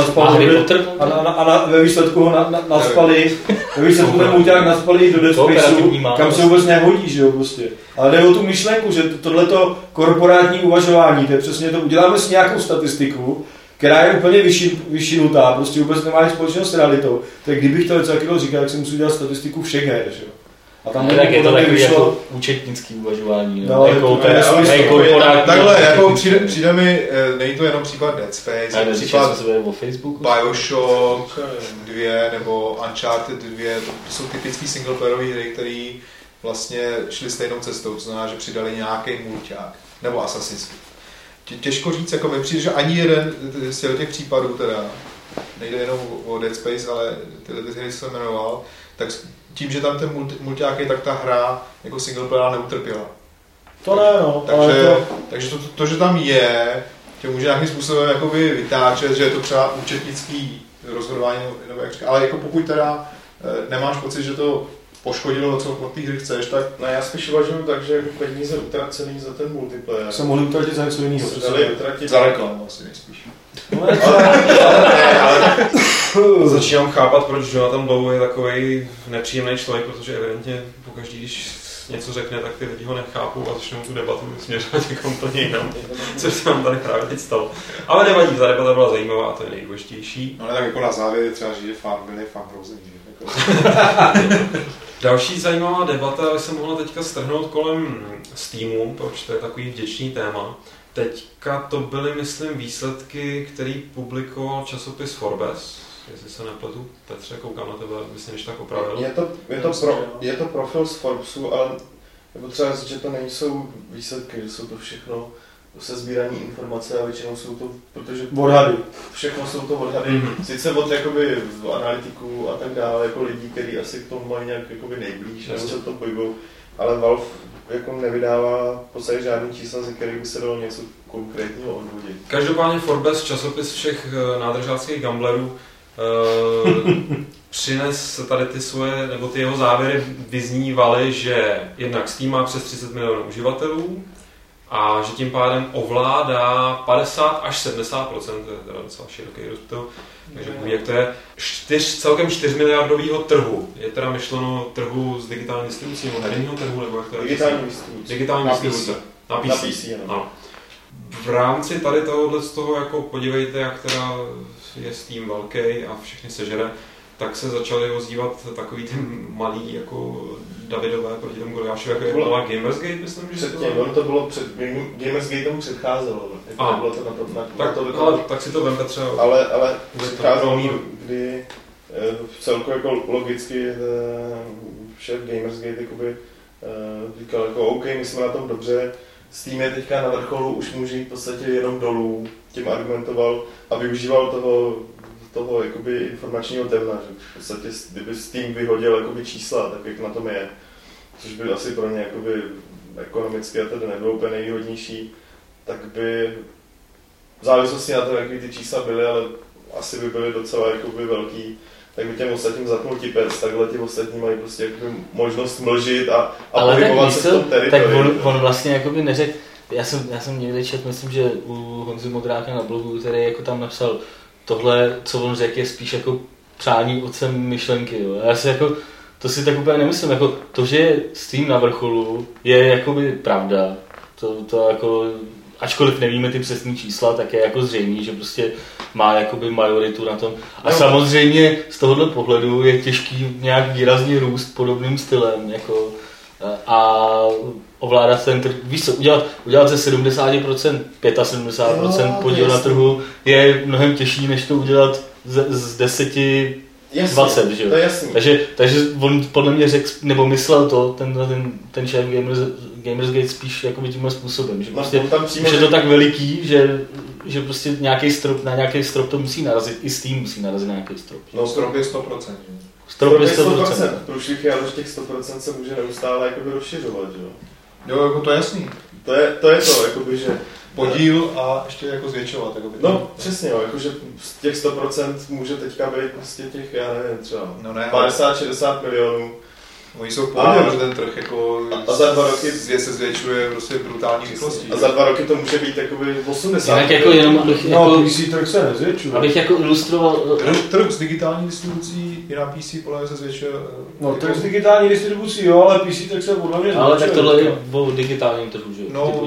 ve výsledku ho naspali, ve výsledku ten mulťák naspali do Dead Spaceu, kam se vůbec nehodí, že jo, prostě. Ale jde o tu myšlenku, že tohleto korporátní uvažování, to je přesně to, uděláme si nějakou statistiku, která je úplně vyšinutá, prostě vůbec nemá nic společného s realitou. Tak kdybych to něco takového říkal, tak si musím dělat statistiku všech her, že jo. A tam tak je to takový jako účetnický uvažování, no, jako takhle, jako přijde mi, není to jenom případ Dead Space, případ Bioshock 2 nebo Uncharted 2, to jsou typický singleplayerové hry, které vlastně šli stejnou cestou, to znamená, že přidali nějaký mulťák, nebo Assassin's Creed. Těžko říct, jako mi přijde, že ani jeden z těch případů teda, nejde jenom o Dead Space, ale tyhle hry jsem jmenoval, tak tím, že tam ten mulťák je, tak ta hra jako single player neutrpěla. To ne, no. Takže to, že tam je, tě může nějakým způsobem jakoby vytáčet, že je to třeba účetnický rozhodování, nebo jak říká, ale jako pokud teda nemáš pocit, že to poškodilo, co od té hry chceš, tak... No já spíš uvažuji tak, že peníze utracený za ten multiplayer se mohli utratit za něco jiného. Za reklamu asi nejspíš. Začínám chápat, proč Jonathan Blow je takový nepříjemný člověk, protože evidentně pokaždý, když něco řekne, tak ty lidi ho nechápou a začnou tu debatu směřovat někomu úplně jinam, což se nám tady právě teď stalo. Ale nevadí, ta debata byla zajímavá a to je nejdůležitější. No ne, tak jako na závěr třeba, že je byli fan hrozný. Další zajímavá debata se mohla teďka strhnout kolem Steamu, protože to je takový vděčný téma. Teďka to byly, myslím, výsledky, který publikoval časopis Forbes, jestli se nepletu. Petře, koukám na tebe, myslím, že tak opravil. Je to profil z Forbesu, ale je potřeba říct, že to nejsou výsledky, že jsou to všechno sesbírané informace a většinou jsou to, protože odhady. Všechno jsou to odhady. Sice od jakoby analytiků a tak dále, jako lidí, kteří asi k tomu mají nějak jakoby nejblíž, nebo se to pojibou, ale Valve jako nevydává v podstatě žádný čísla, ze kterých by se dalo něco konkrétního odvodit. Každopádně Forbes, časopis všech nádržáckých gamblerů, přines tady ty svoje, nebo ty jeho závěry vyznívaly, že jednak Steam má přes 30 milionů uživatelů a že tím pádem ovládá 50 až 70%, to je teda docela široký rozptyl, takže jak to je, celkem 4 miliardového trhu. Je teda myšleno trhu s digitální distribucí, nebo herního trhu, nebo jak to je? Digitální distribuce. Na PC. No. V rámci tady tohohle z toho, jako podívejte, jak teda je Steam velký a všechny sežere, tak se začali ozývat takový ty malý jako Davidové proti tomu Goliášovi, jako je byla Gamersgate, myslím, že to bylo před Gamersgatem předcházelo. Bylo to tak si to vemte třeba. Ale předcházelo, kdy celku jako logicky šéf Gamersgate jakoby říkal jako OK, my jsme na tom dobře, Steam je teďka na vrcholu, už může jít v podstatě jenom dolů, tím argumentoval a využíval toho jakoby informačního temna, že v podstatě kdyby Steam vyhodil jakoby čísla, tak jak na tom je, což by asi pro ně jakoby ekonomicky a tedy nebylo úplně nejvýhodnější, tak by v závislosti na tom, jaký ty čísla byly, ale asi by byly docela jakoby velký, tak by těm ostatním zatnul tipec, takhle ti ostatní mají prostě jakoby možnost mlžit a pohybovat se v tom teritoriu. Tak on vlastně jakoby neřekl, já jsem někde četl, myslím, že u Honzy Modráka na blogu, který jako tam napsal, tohle, co on řekl, je spíš jako přání otcem myšlenky. Jo. Já si jako, to si tak úplně nemyslím, jako to, že je Steam na vrcholu, je jakoby pravda. To jako, ačkoliv nevíme ty přesné čísla, tak je jako zřejmý, že prostě má jakoby majoritu na tom. A samozřejmě z tohohle pohledu je těžký nějak výrazně růst podobným stylem. Jako, a ovládat ten trh, víš co, udělat ze 70%, 75% podíl na trhu je mnohem těžší, než to udělat z 10, 20, že jo? To je jasný. Takže on podle mě řekl, nebo myslel to, ten šéf Gamersgate spíš jakoby tímhle způsobem, že prostě už je to tak veliký, že prostě na nějaký strop to musí narazit, i Steam musí narazit na nějaký strop. No strop je 100%. Strop je 100%. Průšvih je, ale těch 100% se může neustále jakoby rozšiřovat, že jo? Jo, jako to je jasný. To je to, jakoby, že podíl a ještě jako zvětšovat. Jakoby. No přesně, jo, jakože z těch 100% může teďka být prostě těch, já nevím, třeba 50-60 milionů. Oni jsou v pohodě, že ten trh jako a za 2 roky se zvětšuje prostě brutální rychlostí. A za 2 roky to může být jakoby 80. Jinak jako jenom abych PC trh se nezvětšuje. Abych jako ilustroval. Trh s digitální distribucí i na PC podle se zvětšuje. No trh s digitální distribucí jo, ale PC trh se podle mě zvětšuje. Ale tak tohle je o digitálním trhu, že? No,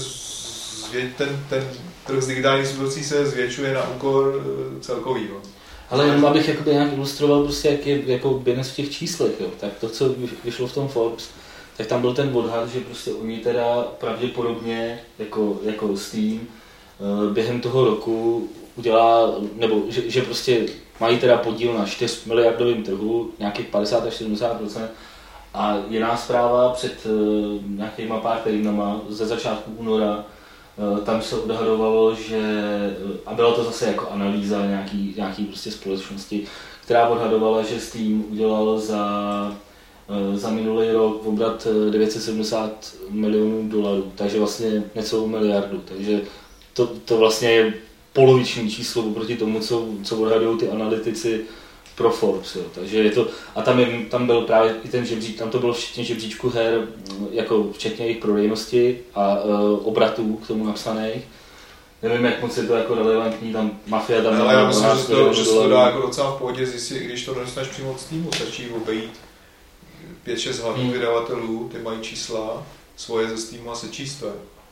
ten trh s digitální distribucí se zvětšuje na úkor celkovýho. Ale jenom abych jakoby nějak ilustroval prostě, jak je jako business v těch číslech, jo. Tak to, co vyšlo v tom Forbes, tak tam byl ten odhad, že prostě oni teda pravděpodobně jako Steam během toho roku udělá, nebo že prostě mají teda podíl na 4 miliardovém trhu, nějakých 50 až 70%, A jiná zpráva před nějakýma pár týdnama ze začátku února, tam se odhadovalo, že, a byla to zase jako analýza nějaký prostě společnosti, která odhadovala, že Steam udělal za minulý rok obrat 970 milionů dolarů, takže vlastně necelou miliardu. Takže to vlastně je poloviční číslo oproti tomu, co odhadují ty analytici pro Forbes. Jo. Takže je to, a tam byl právě i ten žebříček, tam to bylo včetně žebříčku her, jako včetně jejich prodejnosti a obratů k tomu napsaných. Nevím, jak moc je to jako relevantní, tam Mafia tam... Ale já myslím, že se to dá jako docela v pohodě zjistit, když to nedostaneš přímo od Steamu, stačí obejít 5-6 hlavních vydavatelů, ty mají čísla svoje ze Steamu a sečíst to.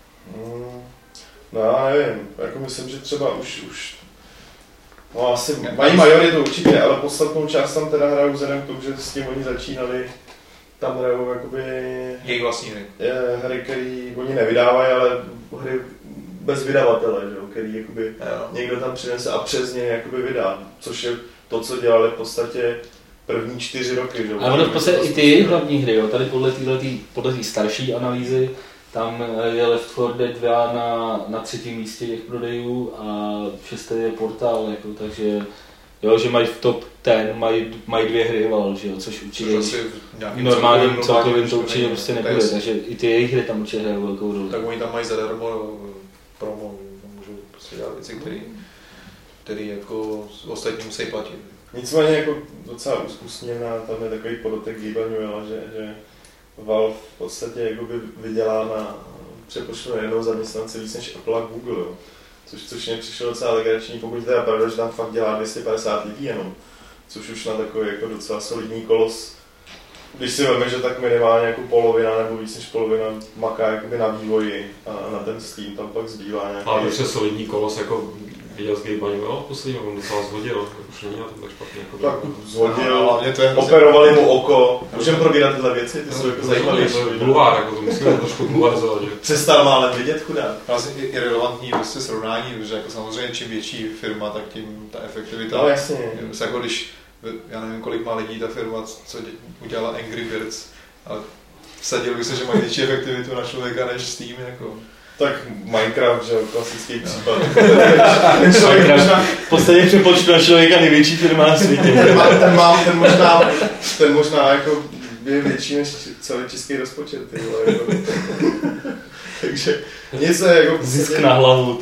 No já nevím, jako myslím, že třeba už no asi mají majoritu určitě, ale podstatnou část tam teda hrajou vzhledem k tomu, že s tím oni začínali, tam hrajou jakoby... Jejich vlastní hry. Hry, který oni nevydávají, ale hry bez vydavatele, že? Který jakoby někdo tam přinese a přes něj jakoby vydá, což je to, co dělali v podstatě první 4 roky. Že? Ale ono v podstatě i ty hlavní hry, jo? Tady podle té starší analýzy, tam je Left 4 Dead 2 na 3. místě těch prodejů a 6. je Portal, jako, takže jo, že mají v top 10, mají 2 hry Valve, že jo, což určitě normálním celkovým to určitě prostě nebude, takže i ty jejich hry tam určitě hrajou velkou roli. Tak oni tam mají zadarmo promo, můžou prostě dělat věci, které jako ostatní musí platit. Nicméně jako docela úzkusněná, tam je takový podotek Gabe, že Valve v podstatě jakoby vydělá na přepočtu na jednou zaměstnance víc než Apple a Google, jo. Což mě přišlo docela legrační, pokud teda pravda, že tam fakt dělá 250 lidí jenom, což už na takový jako docela solidní kolos. Když si veme, že tak minimálně jako polovina nebo víc než polovina maká jakoby na vývoji a na ten Steam tam pak zbývá nějaký... Ale to je solidní kolos, jako viděl z Gabe Banuela poslední, on docela zhodil, už není na tom tak špatně. Jako tak zhodil, operovali mu oko, můžeme probírat tyhle věci, ty jsou jako zajímavější. Bulvár, jako to musíme trošku bulvarizovat. Přestal málem vidět, chudák. Vlastně irrelevantní prostě srovnání, protože jako samozřejmě čím větší firma, tak tím ta efektivita. No jasně. Jako když, já nevím, kolik má lidí ta firma, co udělala Angry Birds, ale vsadil bych se, že mají větší efektivitu na člověka než Steam, jako. Tak Minecraft, že jo, klasický případ. V podstatě přepočtu na člověka největší firma na světě. Ten možná jako je větší než celý český rozpočet. Jako. Takže něco je jako... Zisk na hlavu.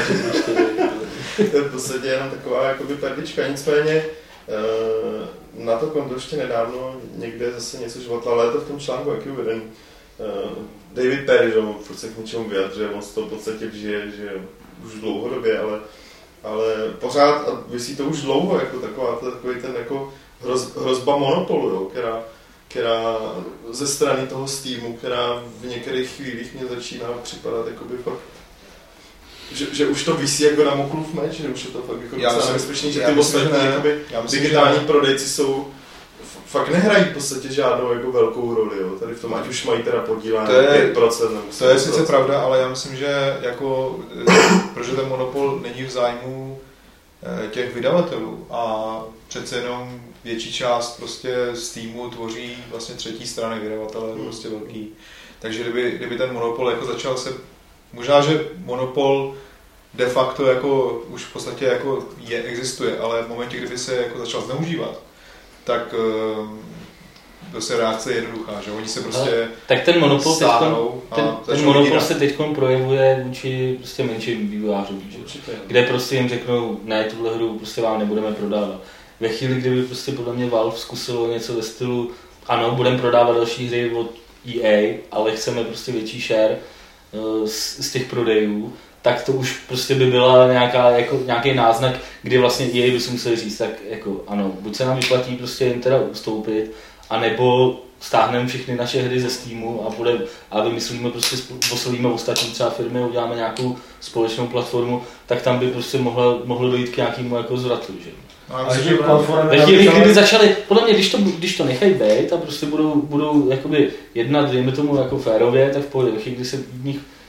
To je v podstatě jenom taková jakoby perlička. Nicméně na to konto ještě nedávno někde zase něco žvatlo, ale je to v tom článku jaký uveden. David Perry, že furt se k něčemu vyjadřuje, on z toho v podstatě žije už dlouhodobě, ale pořád, a vysí to už dlouho, jako takový ten jako hrozba monopolu, jo, která ze strany toho Steamu, která v některých chvílích mě začíná připadat jakoby fakt, že už to visí jako na Moklův meč, že už je to fakt jako docela nebezpečný, že ty ostatní digitální prodejci jsou fakt nehrají v podstatě žádnou jako velkou roli, jo. Tady v tom, ať už mají teda podílání 5% nebo 7%. To je sice pravda, ale já myslím, že jako, protože ten monopol není v zájmu těch vydavatelů a přece jenom větší část prostě Steamu tvoří vlastně třetí strany vydavatele, prostě velký. Takže kdyby ten monopol jako začal se, možná, že monopol de facto jako už v podstatě jako existuje, ale v momentě, kdyby se jako začal zneužívat, tak prostě reakce je jednoduchá, že oni se prostě tak ten monopol ten monopol se teď projevuje vůči prostě menším vývojářům, kde prostě jim řeknou, ne, tuhle hru prostě vám nebudeme prodávat. Ve chvíli, kdyby prostě podle mě Valve zkusilo něco ve stylu, ano, budeme prodávat další hry od EA, ale chceme prostě větší share z těch prodejů, tak to už prostě by byla nějaký náznak, kdy vlastně EA by si museli říct, tak jako ano, buď se nám vyplatí prostě jim teda ustoupit, anebo stáhneme všechny naše hry ze Steamu a vymyslíme prostě, posolíme ostatní třeba firmy a uděláme nějakou společnou platformu, tak tam by prostě mohlo dojít k nějakému jako zvratu, že? Ve chvíli, kdyby začali, podle mě, když to nechají být a prostě budou jakoby jednat, dejme tomu jako férově, tak v pohodě, ve chvíli, kdy se v nich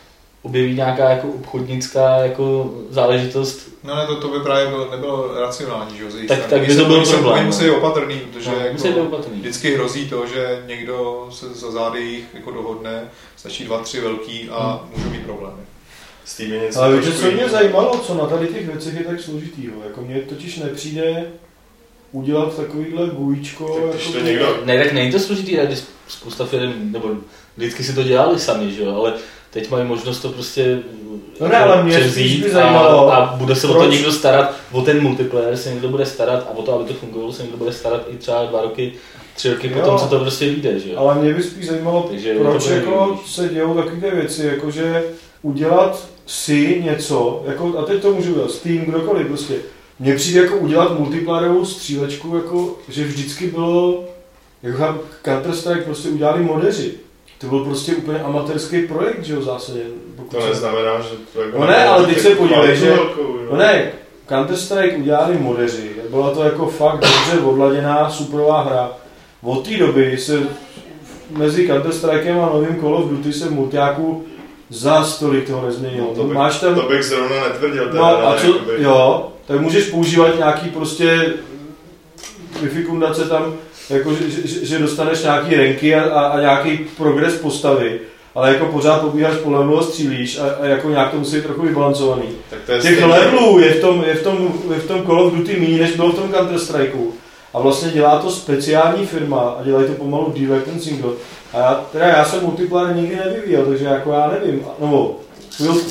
objeví nějaká jako obchodnická jako záležitost. No ne, to by právě nebylo racionální, že jo? Tak by to byl problém. Oni musí být opatrný, protože vždycky hrozí to, že někdo se za zády jich jako dohodne, stačí 2-3 velký a můžou mít problémy. Ale víte, co mě zajímalo, co na tady těch věcech je tak složitýho. Jako mně totiž nepřijde udělat takovýhle bujíčko. Jako to někdo... Ne, tak není to složitý, když spousta firm, nebo vždycky si to dělali sami, že jo, ale teď mají možnost to prostě převzít a bude se o to někdo starat, o ten multiplayer se někdo bude starat a o to, aby to fungovalo, se někdo bude starat i třeba 2 roky, 3 roky potom, co to prostě vyjde, že jo. Ale mě by spíš zajímalo, takže proč jako se dějou takové věci, jakože udělat si něco, jako, a teď to můžu udělat, Steam, kdokoliv prostě. Mně přijde jako udělat multiplayerovou střílečku, jako, že vždycky bylo, jako Counter-Strike prostě udělali modeři. To byl prostě úplně amatérský projekt, že jo, v zásadě. To neznamená, že to jako... No ne, ale teď se podívej, že... No ne, Counter-Strike udělali modeři. Byla to jako fakt dobře odladěná, superová hra. Od té doby se mezi Counter-Strikem a novým Call of Duty se v multiáku za stolik toho nezměnilo. No, to bych zrovna netvrdil. No a co, jo, tak můžeš používat nějaký prostě vyfikundace tam, jako, že dostaneš nějaký ranky a nějaký progres postavy, ale jako pořád pobíháš po levelu a střílíš a jako nějak to musí být trochu vybalancovaný. Těch levelů je v tom Call of Duty méně, než bylo v tom Counter-Strikeu. A vlastně dělá to speciální firma a dělají to pomalu díl jak ten single. A já jsem multiplayer nikdy nevyvíjel, takže jako já nevím, no chvilku.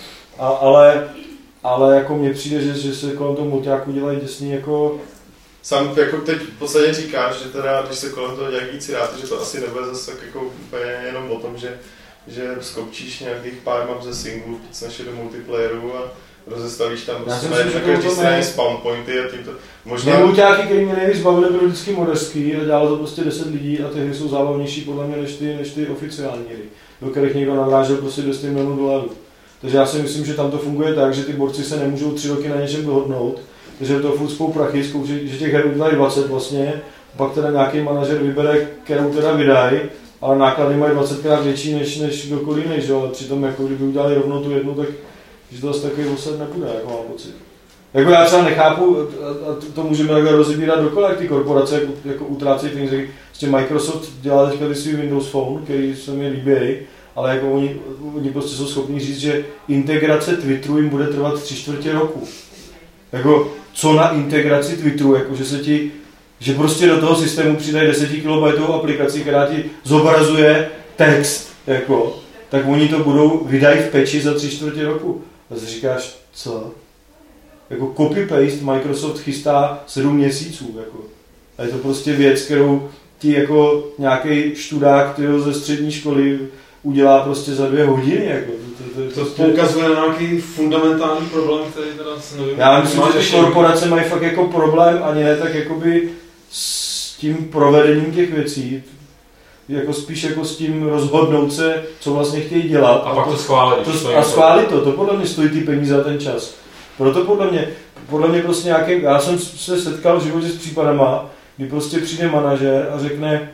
Ale jako mně přijde, že se kolem toho multiáku dělají děsný jako... Sám jako teď v podstatě říkáš, že teda, když se kolem toho dělají ciráty, že to asi nebude zase tak jako úplně jenom o tom, že skopčíš nějakých pár map ze singlu, pícneš je do multiplayeru a rozestavíš tam prostě na každý straně spawn pointy a tímto... Možná... multiáky, který mě nejvíc bavily, byly vždycky moderský a dělalo to prostě 10 lidí a ty hry jsou zábavnější podle mě než ty oficiální hry, do kterých někdo navrážel prostě $200 milionů. Takže já si myslím, že tam to funguje tak, že ty borci se nemůžou 3 roky na něčem dohodnout, takže to furt spou prachy, zkouší, že těch her udělají 20 vlastně, pak teda nějaký manažer vybere, kterou teda vydají, ale náklady mají 20krát větší než kdokoliv jiný, že? Ale přitom jako kdyby udělali rovnou tu jednu, tak že to asi takový osad nebude, jako mám pocit. Jako já třeba nechápu, a to můžeme takhle rozebírat dokola, jak ty korporace jako utrácejí peníze. Prostě Microsoft dělá teďka ty svý Windows Phone, který se mi líbí, ale jako oni prostě jsou schopni říct, že integrace Twitteru jim bude trvat 3/4 roku. Jako, co na integraci Twitteru, jako že prostě do toho systému přidají 10 KB aplikaci, která ti zobrazuje text, jako, tak oni to vydají v peči za 3/4 roku. A si říkáš, co? Jako copy-paste Microsoft chystá 7 měsíců, jako. A je to prostě věc, kterou ti jako nějaký študák, který ze střední školy udělá prostě za 2 hodiny, jako. To poukazuje na nějaký fundamentální problém, který teda se nevím. Já myslím, že ty korporace mají fakt jako problém, ani ne tak jakoby s tím provedením těch věcí, jako spíš jako s tím rozhodnout se, co vlastně chtějí dělat. A pak to schválit. A schválit to podle mě stojí ty peníze a ten čas. Proto podle mě prostě nějaký, já jsem se setkal v životě s případama, kdy prostě přijde manažer a řekne,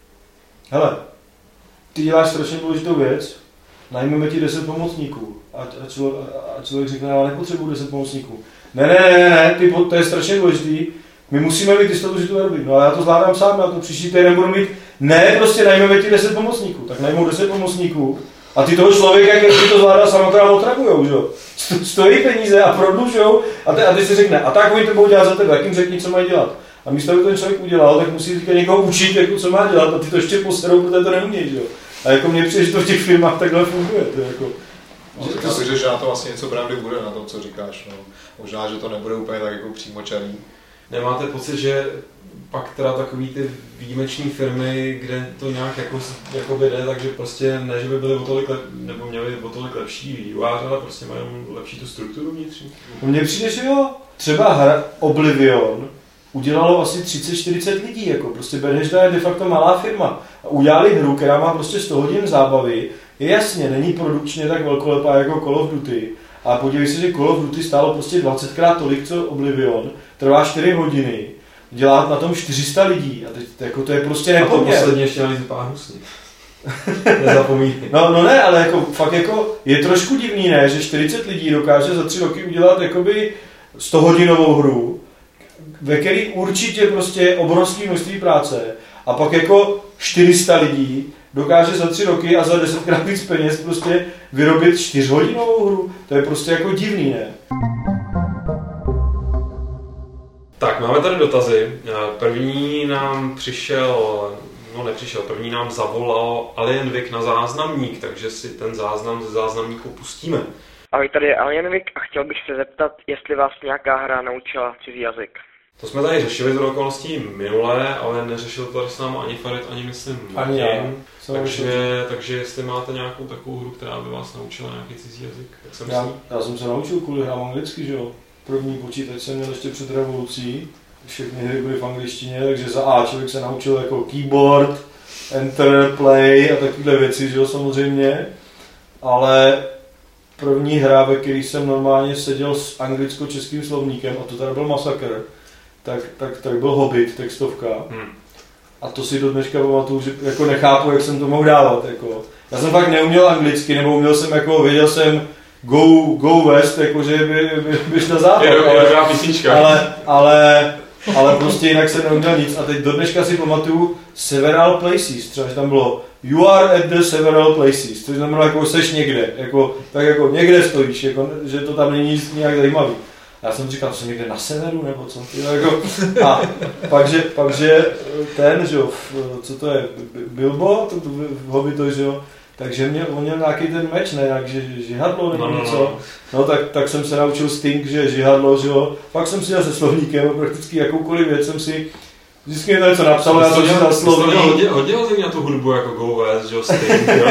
hele, ty děláš strašně důležitou věc, najmeme ti 10 pomocníků. A člověk řekne, ale nepotřebuji 10 pomocníků. Ne, to je strašně důležitý, my musíme mít jistotu, že to robí. No a já to zvládám sám, já to příští týden budu mít, ne, prostě najmeme ti 10 pomocníků. Tak najmou 10 pomocníků a ty toho člověka, který to zvládá sám, akorát otravujou, že jo. Stojí peníze a prodlužou a ty si řekne, a tak oni to budou dělat za tebe, tak jim řekni, co mají dělat. A místo, aby ten člověk udělal, tak musí teďka někoho učit, jako, co má dělat a ty to ještě poserou, protože to neumějí, že jo. A jako mně přijde, že to v těch firmách takhle funguje. To je jako, já si že na to vlastně něco brandy bude, na tom, co říkáš. No. Možná, že to nebude úplně tak jako přímočarý. Nemáte pocit, že pak teda takový ty výjimečné firmy, kde to nějak jako jde, takže prostě ne, že by byly o tolik nebo měly o tolik lepší vývojáře, ale prostě mají lepší tu strukturu vnitřní? Mně přijde, že jo. Třeba hra Oblivion udělalo asi 30-40 lidí, jako prostě Bethesda je de facto malá firma. A udělali hru, která má prostě 100 hodin zábavy. Je jasně, není produkčně tak velkolepá jako Call of Duty. A podívej se, že Call of Duty stálo prostě 20krát tolik, co Oblivion. Trvá 4 hodiny. Dělá na tom 400 lidí. A teď jako to je prostě nepoměr. A to posledně ještě měli pár husní. Nezapomínej. No ne, ale jako, fakt jako je trošku divný, ne, že 40 lidí dokáže za 3 roky udělat jakoby 100hodinovou hru, ve který určitě prostě je obrovské množství práce a pak jako 400 lidí dokáže za 3 roky a za 10krát víc peněz prostě vyrobit 4hodinovou hru. To je prostě jako divný, ne? Tak, máme tady dotazy. První nám první nám zavolal Alien Vic na záznamník, takže si ten záznam ze záznamníku pustíme. Ahoj, tady je Alien Vic a chtěl bych se zeptat, jestli vás nějaká hra naučila cizí jazyk. To jsme tady řešili z okolností minulé, ale neřešil to tady s námi ani Farid, ani myslím Martin. Takže jestli máte nějakou takovou hru, která by vás naučila nějaký cizí jazyk, jak se myslí? Já jsem se naučil kvůli hrám anglicky, že jo. První počítač jsem měl ještě před revolucí, všechny hry byly v angličtině, takže za A člověk se naučil jako keyboard, enter, play a takovéhle věci, že jo, samozřejmě. Ale první hra, ve které jsem normálně seděl s anglicko-českým slovníkem, a to tady byl masakr, tak byl Hobbit, textovka. A to si do dneška pamatuju, že jako nechápu, jak jsem to mohl dávat. Jako. Já jsem fakt neuměl anglicky, nebo uměl jsem jako, věděl jsem go west, jakože běž na západ. Ale prostě jinak jsem neuměl nic. A teď do dneška si pamatuju several places, třeba že tam bylo you are at the several places, což znamená jako seš někde, jako, tak jako někde stojíš, jako, že to tam není nějak zajímavý. Já jsem říkal, jsem někde na severu, nebo co? Jako, a pakže ten, že jo, co to je, Bilbo, v Hobbito, že jo, takže on měl nějaký ten meč, ne, jak žihadlo nebo něco. No tak jsem se naučil Sting, že žihadlo, že jo. Pak jsem si dal se slovníkem a prakticky jakoukoliv věc jsem si vždycky to něco napsal, já jsem si dal slovník. Hodně hodně na tu hudbu jako Go West, že jo, Sting, jo.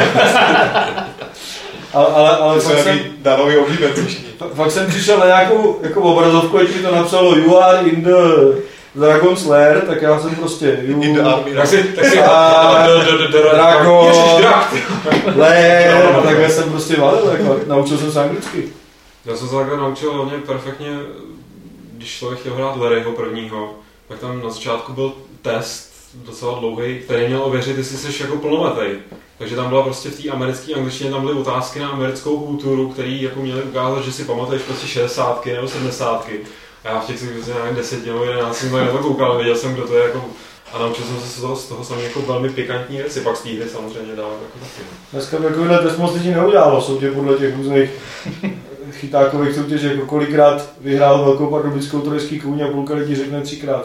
Ale fakt jsem Danový oblíbený. Fakt jsem přišel na nějakou jako obrazovku, ať mi to napsalo You are in the Dragon's Lair, tak já jsem prostě in the army. Tak si Dragon Lair, a takhle jsem prostě valil, jako, naučil jsem se anglicky. Já jsem se takhle naučil hodně perfektně, když člověk chtěl hrát Larryho prvního, tak tam na začátku byl test docela dlouhý, který měl ověřit, jestli jsi jako plnoletej. Takže tam byla prostě v té americké angličtině, tam byly otázky na americkou kulturu, který jako měli ukázat, že si pamatuješ prostě 60 nebo 70. A já v těch prostě nějak 10 nebo 11 jsem tak na to koukal, věděl jsem, kdo to je jako, a naučil jsem se z toho sami jako velmi pikantní věci, pak z té hry samozřejmě dál jako taky. Dneska by takovýhle test moc lidí neudělalo, soudě podle těch různých chytákových soutěží, jako kolikrát vyhrál Velkou pardubickou trojský kůň a půlka lidí řekne 3krát.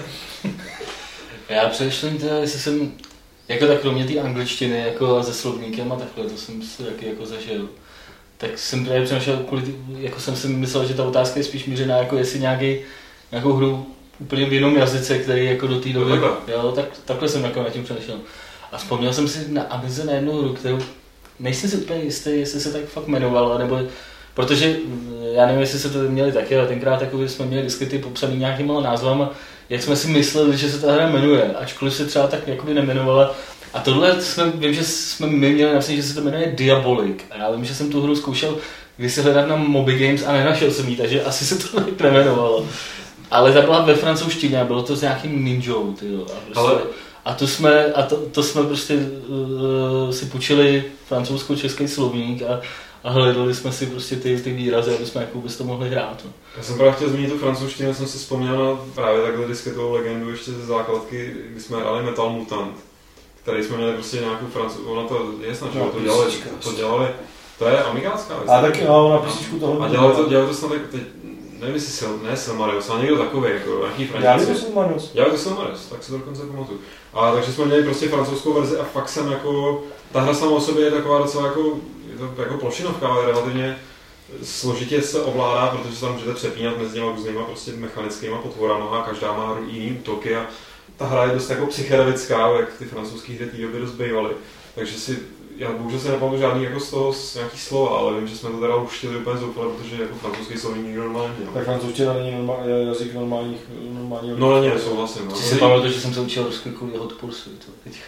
Já přemýšlím teda, jestli jsem, jako tak kromě té angličtiny, jako se slovníkem a takhle, to jsem si taky jako zažil. Tak jsem právě přemýšlel, jako jsem si myslel, že ta otázka je spíš mířená, jako jestli nějakou hru úplně v jinom jazyce, který jako do té doby, jo, takhle jsem jako nad tím přemýšlel. A vzpomněl jsem si na Amize na jednu hru, kterou nejsem si úplně jistý, jestli se tak fakt jmenovala, nebo protože já nevím, jestli se to měli taky, ale tenkrát takový jsme měli diskety popsaný nějakýma názvama, jak jsme si mysleli, že se ta hra jmenuje, ačkoliv se třeba tak jakoby nemenovala. A tohle vím, že jsme měli napsat, že se to jmenuje Diabolik. A já vím, že jsem tu hru zkoušel když si hledat na Moby Games a nenašel jsem ji, takže asi se to tak nemenovalo. Ale ta byla ve francouzštině a bylo to s nějakým ninjou, tyjo. A to jsme prostě si půjčili francouzsko-český slovník a hledali jsme si prostě ty výrazy, aby jsme jako vůbec to mohli hrát. No. Já jsem právě chtěl zmínit tu francouzštinu, jsem si vzpomněl na právě takhle disketovou legendu ještě ze základky, kdy jsme hráli Metal Mutant, který jsme měli prostě nějakou francouzskou, ona to je snad, že to dělali, to je amigácká věc. A taky na písničku tohle. A dělali to snad, teď nevím jestli Silmarius, ale někdo takový, jako nějaký francouzský. Dělali to Silmarius, tak se to dokonce pamatuju. A takže jsme měli prostě francouzskou verzi a fakt jsem jako, ta hra sama o sobě je taková docela jako, je to jako plošinovka, ale relativně složitě se ovládá, protože se tam můžete přepínat mezi těma různýma prostě mechanickýma potvorama a každá má jiný útoky a ta hra je dost jako psychedelická, jak ty francouzský hry té doby dost bývaly. Takže si, já bohužel se nepamatuju žádný jako z toho nějaký slova, ale vím, že jsme to teda luštili úplně zoufale, protože jako francouzský slovník nikdo normálně neměl. Tak francouzština není jazyk normálního. No není, souhlasím. No. Ty si pamatuju, že jsem se učil rusky kvůli Hot Pursuit.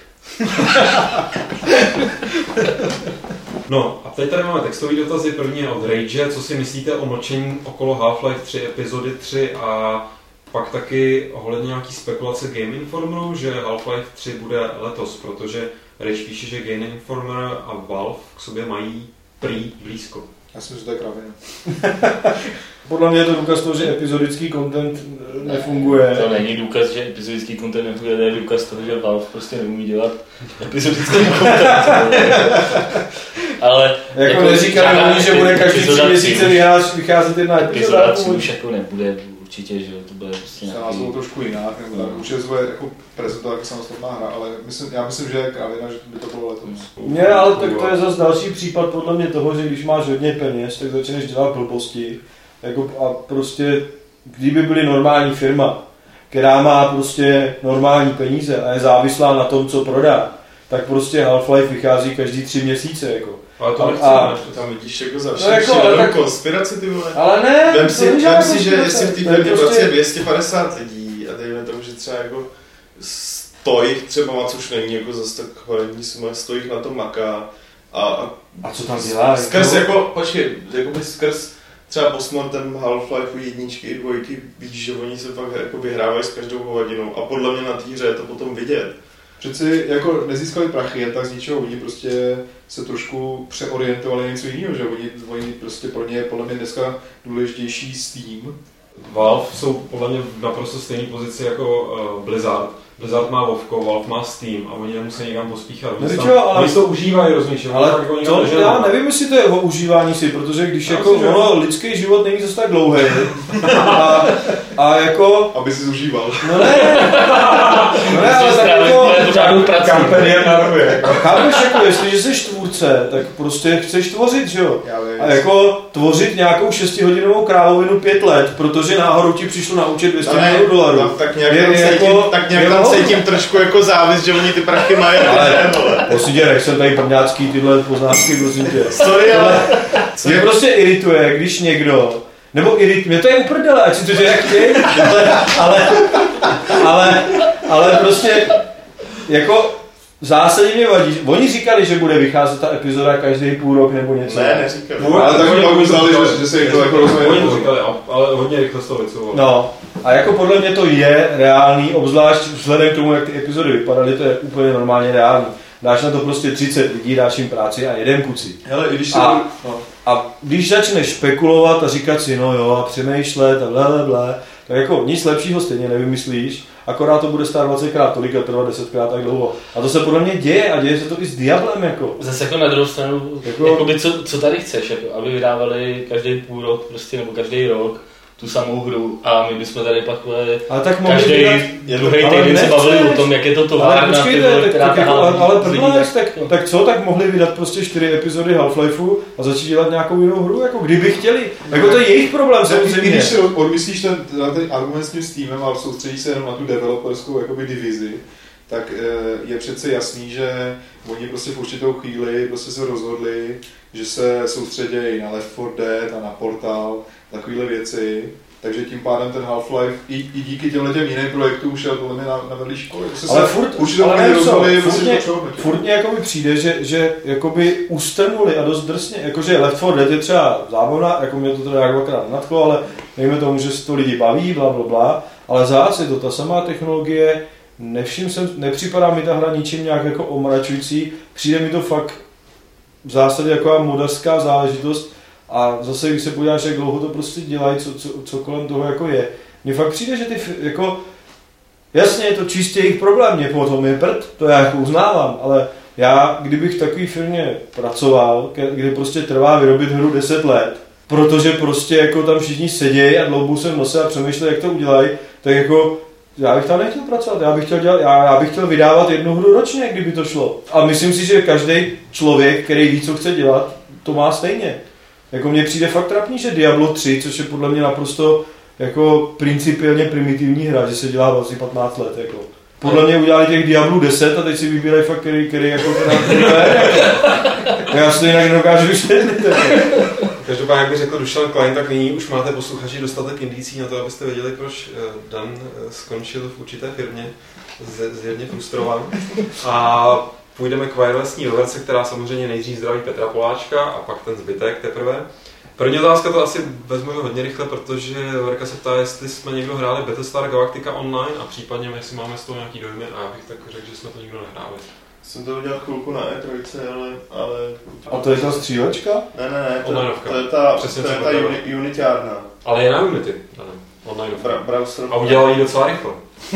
No a teď tady máme textový dotazy, první je od Rage, co si myslíte o mlčení okolo Half-Life 3 epizody 3 a pak taky ohledně nějaký spekulace Game Informeru, že Half-Life 3 bude letos, protože Rage píše, že Game Informer a Valve k sobě mají prý blízko. Já si myslím, že to je kravina. Podle mě je to důkaz toho, že epizodický content nefunguje. To není důkaz, že epizodický content nefunguje, to je důkaz toho, že Valve prostě neumí dělat epizodický content. Ale jako neříkali oni, že bude každý 3 měsíce vycházet jedna epizoda. Epizoda už jako nebude určitě, že to bude prostě nějaký... Se názvou trošku jinak, nebo tak, určitě to bude jako prezentovat jako samostatná hra, ale já myslím, že je kravina, že by to bylo letos. Ne, ale tak to je zase další případ podle mě toho, že když máš hodně peněz, tak začneš dělat blbosti. Jako a prostě, kdyby byly normální firma, která má prostě normální peníze a je závislá na tom, co prodá, tak prostě Half-Life vychází každý 3 měsíce, jako. Ale to nechceme, tam vidíš jako za všechno konspiraci, ty vole. Ale ne, vem si, že jestli v té firmě pracuje 250 lidí a dejme tomu, že třeba jako stojí třeba, což není jako zase tak horentní suma, stojí na tom maká a co tam dělá? Skrz jako, počkej, jakoby skrz třeba postmortem Half-Life 1 i 2 víš, že oni se fakt jako vyhrávají s každou hovadinou a podle mě na té hře je to potom vidět. Přeci jako nezískali prachy jen tak z ničeho, oni prostě se trošku přeorientovali na něco jiného, že oni prostě pro ně je podle mě dneska důležitější Steam. Valve jsou podle mě v naprosto stejné pozici jako Blizzard. Blizzard má Vovko, Valve má Steam a oni nemusí někam pospíchat. Oni to užívají, rozumíš? Ale to já nevím, jestli to je o užívání si, protože když jako ono, lidský život není zase tak dlouhý a jako... Aby si užíval. No ne, ale tak jako... Kampenie na době. Chápeš, jako jestliže jsi tvůrce, tak prostě chceš tvořit, že jo? A jako tvořit nějakou 6hodinovou krávovinu 5 let, protože náhodou ti přišlo na účet $200 milionů. No, tak nějak tam cítím trošku jako závis, že oni ty prachy mají. Ale posledně nechcem tady prňácký tyhle poznámky, prosím tě. Sorry, ale... Mě prostě irituje, když někdo, nebo mě to je uprdele, ať si to děje jak chtěj, ale prostě jako v zásadě mě vadí. Oni říkali, že bude vycházet ta epizoda každý půl rok nebo něco. Ne, neříkali. Ale tak oni uznali, že se jim to jako rozumí. Oni to říkali, ale hodně rychle to vycovalo. No, a jako podle mě to je reálný, obzvlášť vzhledem k tomu, jak ty epizody vypadaly, to je úplně normálně reálný. Dáš na to prostě 30 lidí, dáš jim práci a jeden kuci. Hele, i když a když začneš spekulovat a říkat si, no jo, a přemýšlet a blablabla, tak jako nic lepšího stejně nevymyslíš, akorát to bude stát 20krát tolik a trvat 10krát tak dlouho. A to se podle mě děje a děje se to i s Diablem, jako. Zase jako na druhou stranu, jakoby, co tady chceš, jako, aby vydávali každý půl rok prostě, nebo každý rok tu samou hru a my bychom tady pak každý druhý týden se bavili o tom, jak je to továrna, která tak co, tak mohli vydat prostě 4 epizody Half-Lifeu a začít dělat nějakou jinou hru, jako kdyby chtěli. Jako to je jejich problém, samozřejmě. Když si odmyslíš ten argument s tím Steamem a soustředíš se jenom na tu developerskou jakoby divizi, tak je přece jasný, že oni prostě v určitou chvíli prostě se rozhodli, že se soustředějí na Left 4 Dead a na Portal, takovéhle věci. Takže tím pádem ten Half-Life i díky těmhle jiným projektům šel podle mě na vedlý školy. Ale furt mě jakoby přijde, že jakoby ustrnuli a dost drsně, jakože Left 4 Dead je třeba zábavná, jako mě to teda dvakrát nadchlo, ale dejme tomu, že se to lidi baví, blablabla, ale zás je to ta samá technologie, nepřipadá mi ta hra ničím nějak jako omračující, přijde mi to fakt v zásadě jako modařská záležitost. A zase, když se podíváš, jak dlouho to prostě dělají, co kolem toho jako je. Mně fakt přijde, že ty jako... Jasně, je to čistě jejich problém, mě potom je prd, to já jako uznávám, ale já, kdybych v takové firmě pracoval, kde prostě trvá vyrobit hru 10 let, protože prostě jako tam všichni sedějí a dloubou se v nose a přemýšlejí, jak to udělají, tak jako já bych tam nechtěl pracovat, já bych chtěl vydávat 1 hru ročně, kdyby to šlo. A myslím si, že každý člověk, který ví, co chce dělat, to má stejně. Jako mně přijde fakt trapný, že Diablo 3, což je podle mě naprosto jako principiálně primitivní hra, že se dělá vlastně 15 let. Jako. Podle mě udělali těch Diablo 10 a teď si vybírají fakt, který jako já si to jinak nedokážu vysvětlit. Každopádně, jak by řekl Dušan Klein, tak nyní už máte posluchači dostatek indicí na to, abyste věděli, proč Dan skončil v určité firmě, zjevně frustrovaný. A půjdeme k wirelessní roverce, která samozřejmě nejdřív zdraví Petra Poláčka a pak ten zbytek teprve. První otázka to asi vezmu hodně rychle, protože Verka se ptá, jestli jsme někdo hráli Battlestar Galactica online a případně jestli máme z toho nějaký dojmy a já bych tak řekl, že jsme to nikdo nehráli. Jsem to udělal chvilku na E3, ale... A to je ta střílečka? Ne, to je ta Unityárna. Ale je na Unity, online. A udělal ji docela rychle.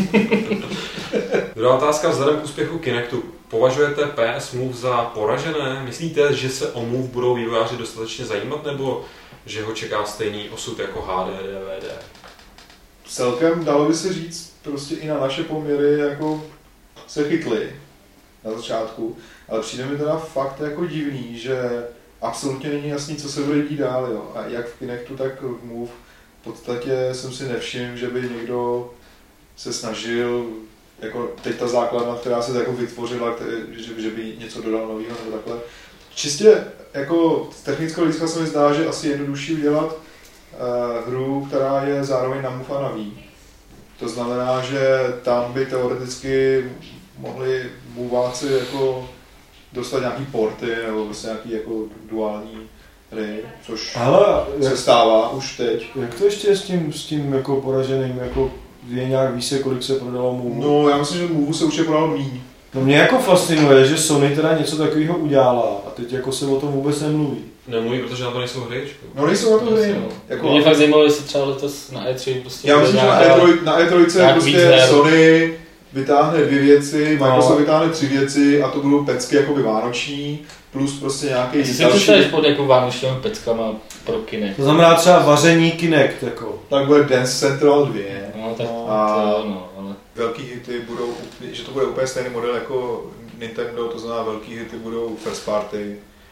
Druhá otázka, vzhledem k úspěchu Kinectu. Považujete PS Move za poražené? Myslíte, že se o Move budou vývojáři dostatečně zajímat, nebo že ho čeká stejný osud jako HD, DVD? Celkem dalo by se říct, prostě i na naše poměry jako se chytli na začátku, ale přijde mi teda fakt jako divný, že absolutně není jasný, co se bude dít dál, jo. A jak v Kinectu, tak v Move. V podstatě jsem si nevšiml, že by někdo se snažil, jako teď ta základna, která se jako vytvořila, že by něco dodal nového nebo takhle. Čistě jako z technického hlediska se mi zdá, že asi jednodušší udělat hru, která je zároveň na Move a na Wii. To znamená, že tam by teoreticky mohli mováci jako dostat nějaký porty nebo vlastně nějaký jako duální hry, což se stává už teď. Jak to ještě s tím jako poraženým, jako je nějak víš se, kolik se prodalo Move? No, já myslím, že Move se určitě prodalo míň. No mě jako fascinuje, že Sony teda něco takového udělala a teď jako se o tom vůbec nemluví. Nemluví, protože na to nejsou hry. No nejsou na to hry, no. Jako mě fakt zajímalo, jestli třeba letos na E3 prostě... Já myslím, že na E3 prostě Sony vytáhne 2 věci, Microsoft vytáhne 3 věci a to budou pecky jakoby vánoční, plus prostě nějaký další... Jestli si to pod jako vánočními peckama pro Kinect. To znamená třeba vaření Kinect, jako. Tak bude Dance Central 2. No, tak ale... Velký hity budou, že to bude úplně stejný model jako Nintendo, to znamená velký hity budou first party.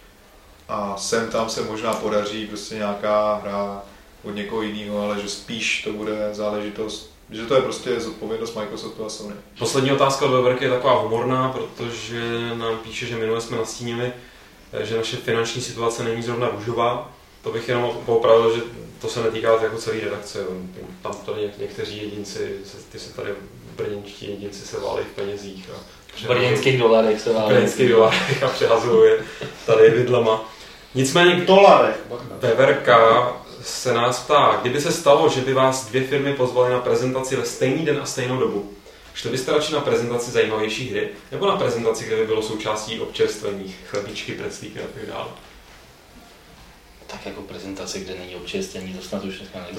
A sem tam se možná podaří prostě nějaká hra od někoho jiného, ale že spíš to bude záležitost, že to je prostě zodpovědnost Microsoftu a Sony. Poslední otázka od Weberky je taková humorná, protože nám píše, že minule jsme nastínili, že naše finanční situace není zrovna růžová. To bych jenom poopravil, že to se netýká jako celé redakce. Tam tady někteří jedinci, ty se tady brněnští jedinci se válí v penězích. V brněnských dolarech se válí. V brněnských dolarech a přehazují tady vidlema. Nicméně Weberka se nás ptá, kdyby se stalo, že by vás 2 firmy pozvaly na prezentaci ve stejný den a stejnou dobu, šli byste radši na prezentaci zajímavější hry, nebo na prezentaci, kde by bylo součástí občerstveních, chlebíčky, preclíky a tak dále? Tak jako prezentace, kde není občerstvení, to snad už dneska nejde.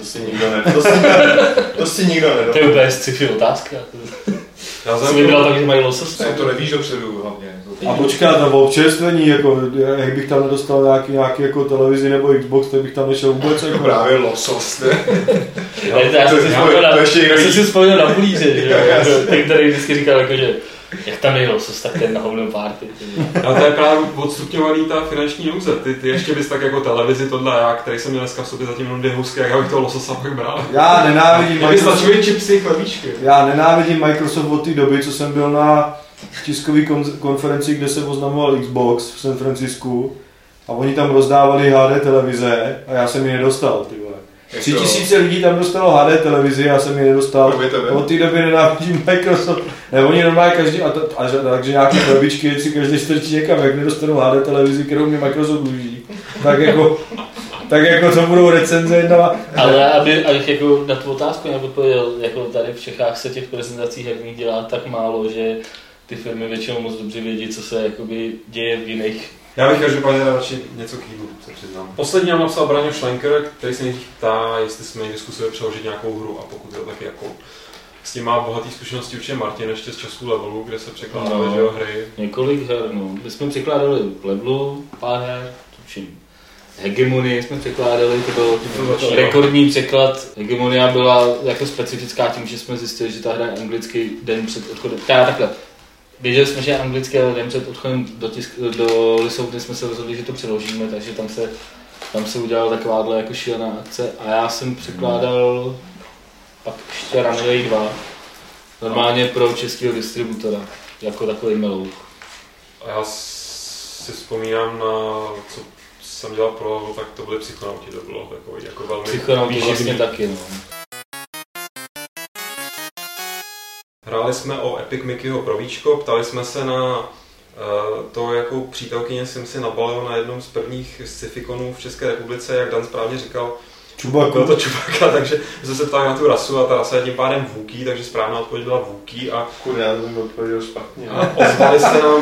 To si nikdo nedá. To je úplně sci-fi otázka. Já jsem vybral tak, že mají losos. To nevíš dopředu hlavně. A počkat, na občerstvení, jako, jak bych tam nedostal nějaký jako televizi nebo Xbox, tak bych tam nešel vůbec. Jako. Právě losos, ne? Já jsem si vzpomněl na Bulíře, že ten, který vždycky říkal, jako, že jak tam nejde losos, tak ten na hovnou party. Ale to je právě odstupňovaný ta finanční nouze. Ty ještě bys tak jako televizi tohle já, který jsem měl dneska v sobě zatím jenom 2 housky, jak bych toho lososa pak bral. Já nenávidím Microsoft. Chipsy, chlebíčky. Já nenávidím Microsoft od té doby, co jsem byl na tiskové konferenci, kde se oznamoval Xbox v San Francisku a oni tam rozdávali HD televize a já jsem ji nedostal, ty vole. 3000 lidí tam dostalo HD televizi, já jsem ji nedostal. Od té doby nenávidím Microsoft. Ne, oni normálně každý, takže nějaké chlebíčky si každý strčí někam, jak nedostanou HD televizi, kterou mě Microsoft dluží. Tak jako to budou recenze jedna. Ale abych jako na tu otázku neodpověděl, jako tady v Čechách se těch prezentacích herních dělá tak málo, že ty firmy většinou moc dobře vědí, co se jakoby děje v jiných. Já bych každopádně radši něco k jídlu, se přiznám. Poslední nám napsal Braňo Schlenker, který se nejdřív ptá, jestli jsme někdy zkusili přeložit nějakou hru a pokud je tak jako. S tím má bohatý zkušenosti určitě Martin, ještě z času Levelu, kde se překládaly hry. Několik her, no. My jsme překládali Levelu, pár her, tuším. Hegemonii jsme překládali, to byl rekordní překlad. Hegemonia byla jako specifická tím, že jsme zjistili, že ta hra je anglicky den před odchodem. Takhle. Věděli jsme, že je anglicky, ale den před odchodem do lisovny jsme se rozhodli, že to přeložíme, takže tam se udělala takováhle jako šílená akce a já jsem překládal pak ještě Runaway 2, normálně pro českého distributora, jako takový melouch. A já si vzpomínám na co jsem dělal pro, tak to byly Psychonauti, to bylo takový jako velmi Psychonauti vlastně taky, no. Hráli jsme o Epic Mickeyho pro Víčko, ptali jsme se na to, jakou přítelkyně jsem si nabalil na jednom z prvních sci-fikonů v České republice, jak Dan správně říkal. Byl to Chewbacca, takže jsme se ptali na tu rasu a ta rasa je tím pádem Wookiee, takže správná odpověď byla Wookiee a já jsem odpověděl špatně. A ozvali se nám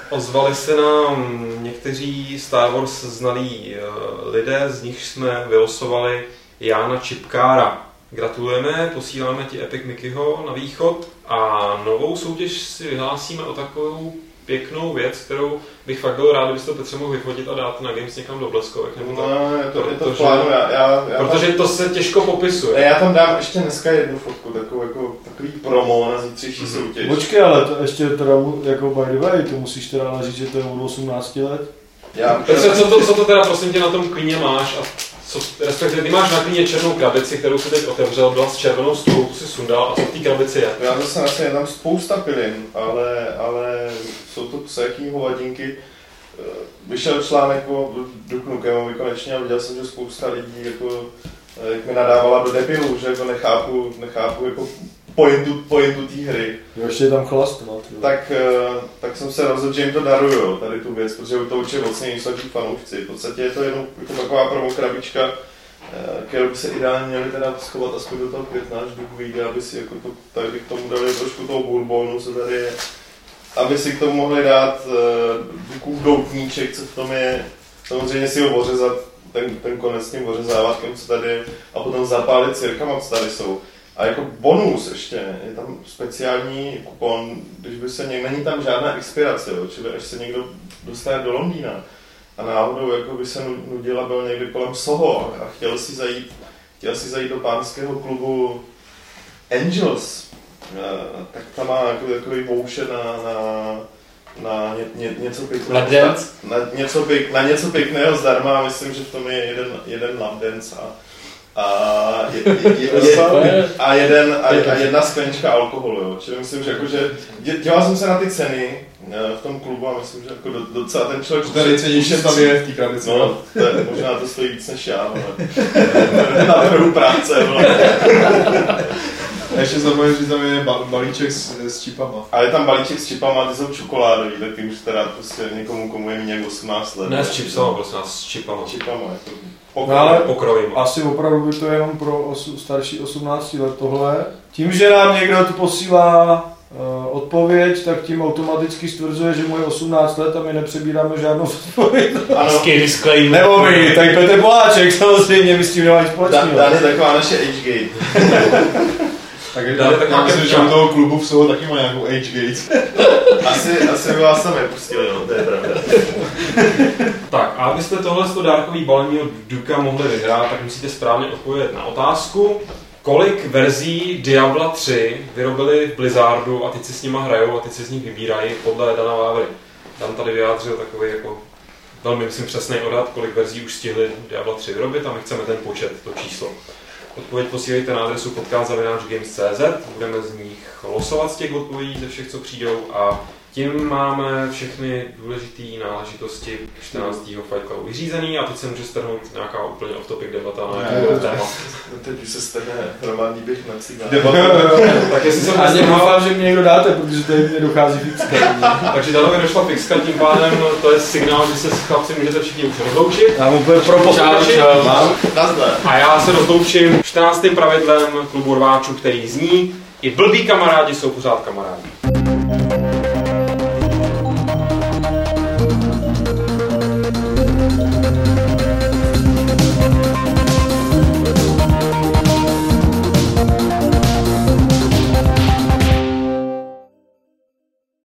Ozvali se nám někteří Star Wars znalí lidé, z nich jsme vylosovali Jána Čipkára. Gratulujeme, posíláme ti Epic Mickeyho na východ a novou soutěž si vyhlásíme o takovou pěknou věc, kterou bych fakt byl rád, kdybyste to Petře mohl vyfotit a dát na Games někam do bleskovek. Je to v plánu. Protože to se těžko popisuje. Já tam dám ještě dneska jednu fotku, takový promo na zítřejší soutěž. Počkej, ale to ještě teda jako by the way, to musíš teda říct, že to je od 18 let. Petře, co to teda prosím tě na tom klíně máš? Respektive ty máš na klíně černou krabici, kterou si teď otevřel, byla s červenou stůlou, tu si sundal a co v té krabici je? Já zase je tam spousta pilin, ale jsou to psejaký hovadinky. Vyšel článek o Duke Nukemovi konečně a viděl jsem, že spousta lidí jako, jak mi nadávala do debilů, že jako nechápu jako pointu té hry. Ještě je tam chlast, no. Tak jsem se rozhodl, že jim to daruju, tady tu věc, protože to určitě ocení sladší fanoušci. V podstatě je to jenom jako taková promo krabička, kterou by se ideálně měli teda schovat aspoň do toho května, až Duke vyjde, aby si jako to, tady bych k tomu dali trošku toho bourbonu, co tady je, aby si k tomu mohli dát Dukeův doutníček, co v tom je, samozřejmě si ho ořezat, ten konec s tím ořezávátkem, co tady je, a potom zapálit cirkama, co tady jsou. A jako bonus ještě, je tam speciální kupon, když by se není tam žádná expirace, jo, čili až se někdo dostane do Londýna a náhodou jako by se nudila, byl někdy kolem Soho a chtěl si zajít do pánského klubu Angels, tak tam má jako takový voucher na něco pěkného, na něco pěkného zdarma, myslím, že v tom je jeden lap dance a jedna sklenička alkoholu, jo. Čili myslím, že jakože díval jsem se na ty ceny v tom klubu a myslím, že jako docela ten člověk... Tady cenější tam je v té krabici. No, možná to stojí víc než já, ale na trhu práce, A ještě zapomněl, že tam je balíček s čipama. A je tam balíček s čipama, ty jsou čokoládový, tak ty už teda prostě někomu, komu je mě 18 let. Ne s čipsama, prosím nás, s čipama. Ale pokrovím. Asi opravdu by to jenom pro starší 18 let tohle. Tím, že nám někdo tu posílá odpověď, tak tím automaticky stvrzuje, že mu je 18 let a my nepřebíráme žádnou odpověď. Nebo my, tak Petr Poláček samozřejmě, my s tím nemáme společného. Dan je taková naše age-gate. Tak já myslím, že u toho klubu v Soho taky má nějakou age-gate. Asi by vás tam nepustili, no, to je pravda. Tak, a abyste tohle dárkový balení od Duka mohli vyhrát, tak musíte správně odpovědět na otázku, kolik verzí Diabla 3 vyrobili v Blizzardu a teď si s nima hrajou a teď si z nich vybírají podle Dana Vávry. Dan tady vyjádřil takový jako velmi, myslím, přesný odhad, kolik verzí už stihli Diabla 3 vyrobit a my chceme ten počet, to číslo. Odpověď posílejte na adresu podcast@games.cz, budeme z nich losovat z těch odpovědí ze všech, co přijdou a tím máme všechny důležité náležitosti 14. Fight Clubu vyřízený a teď se může strhnout nějaká úplně off-topic debata na jakékoliv téma. Teď už se strhne hromadný běh na cigán. Tak jestli jsem a doufám, že mě někdo dáte, protože tady mě dochází fixka. Takže Danovi došla fixka, tím pádem to je signál, že se s chlapci můžete všichni už rozloučit. Já mu úplně pro posluchači. A já se rozloučím 14. pravidlem klubu rváčů, který zní: i blbí kamarádi jsou pořád kamarádi.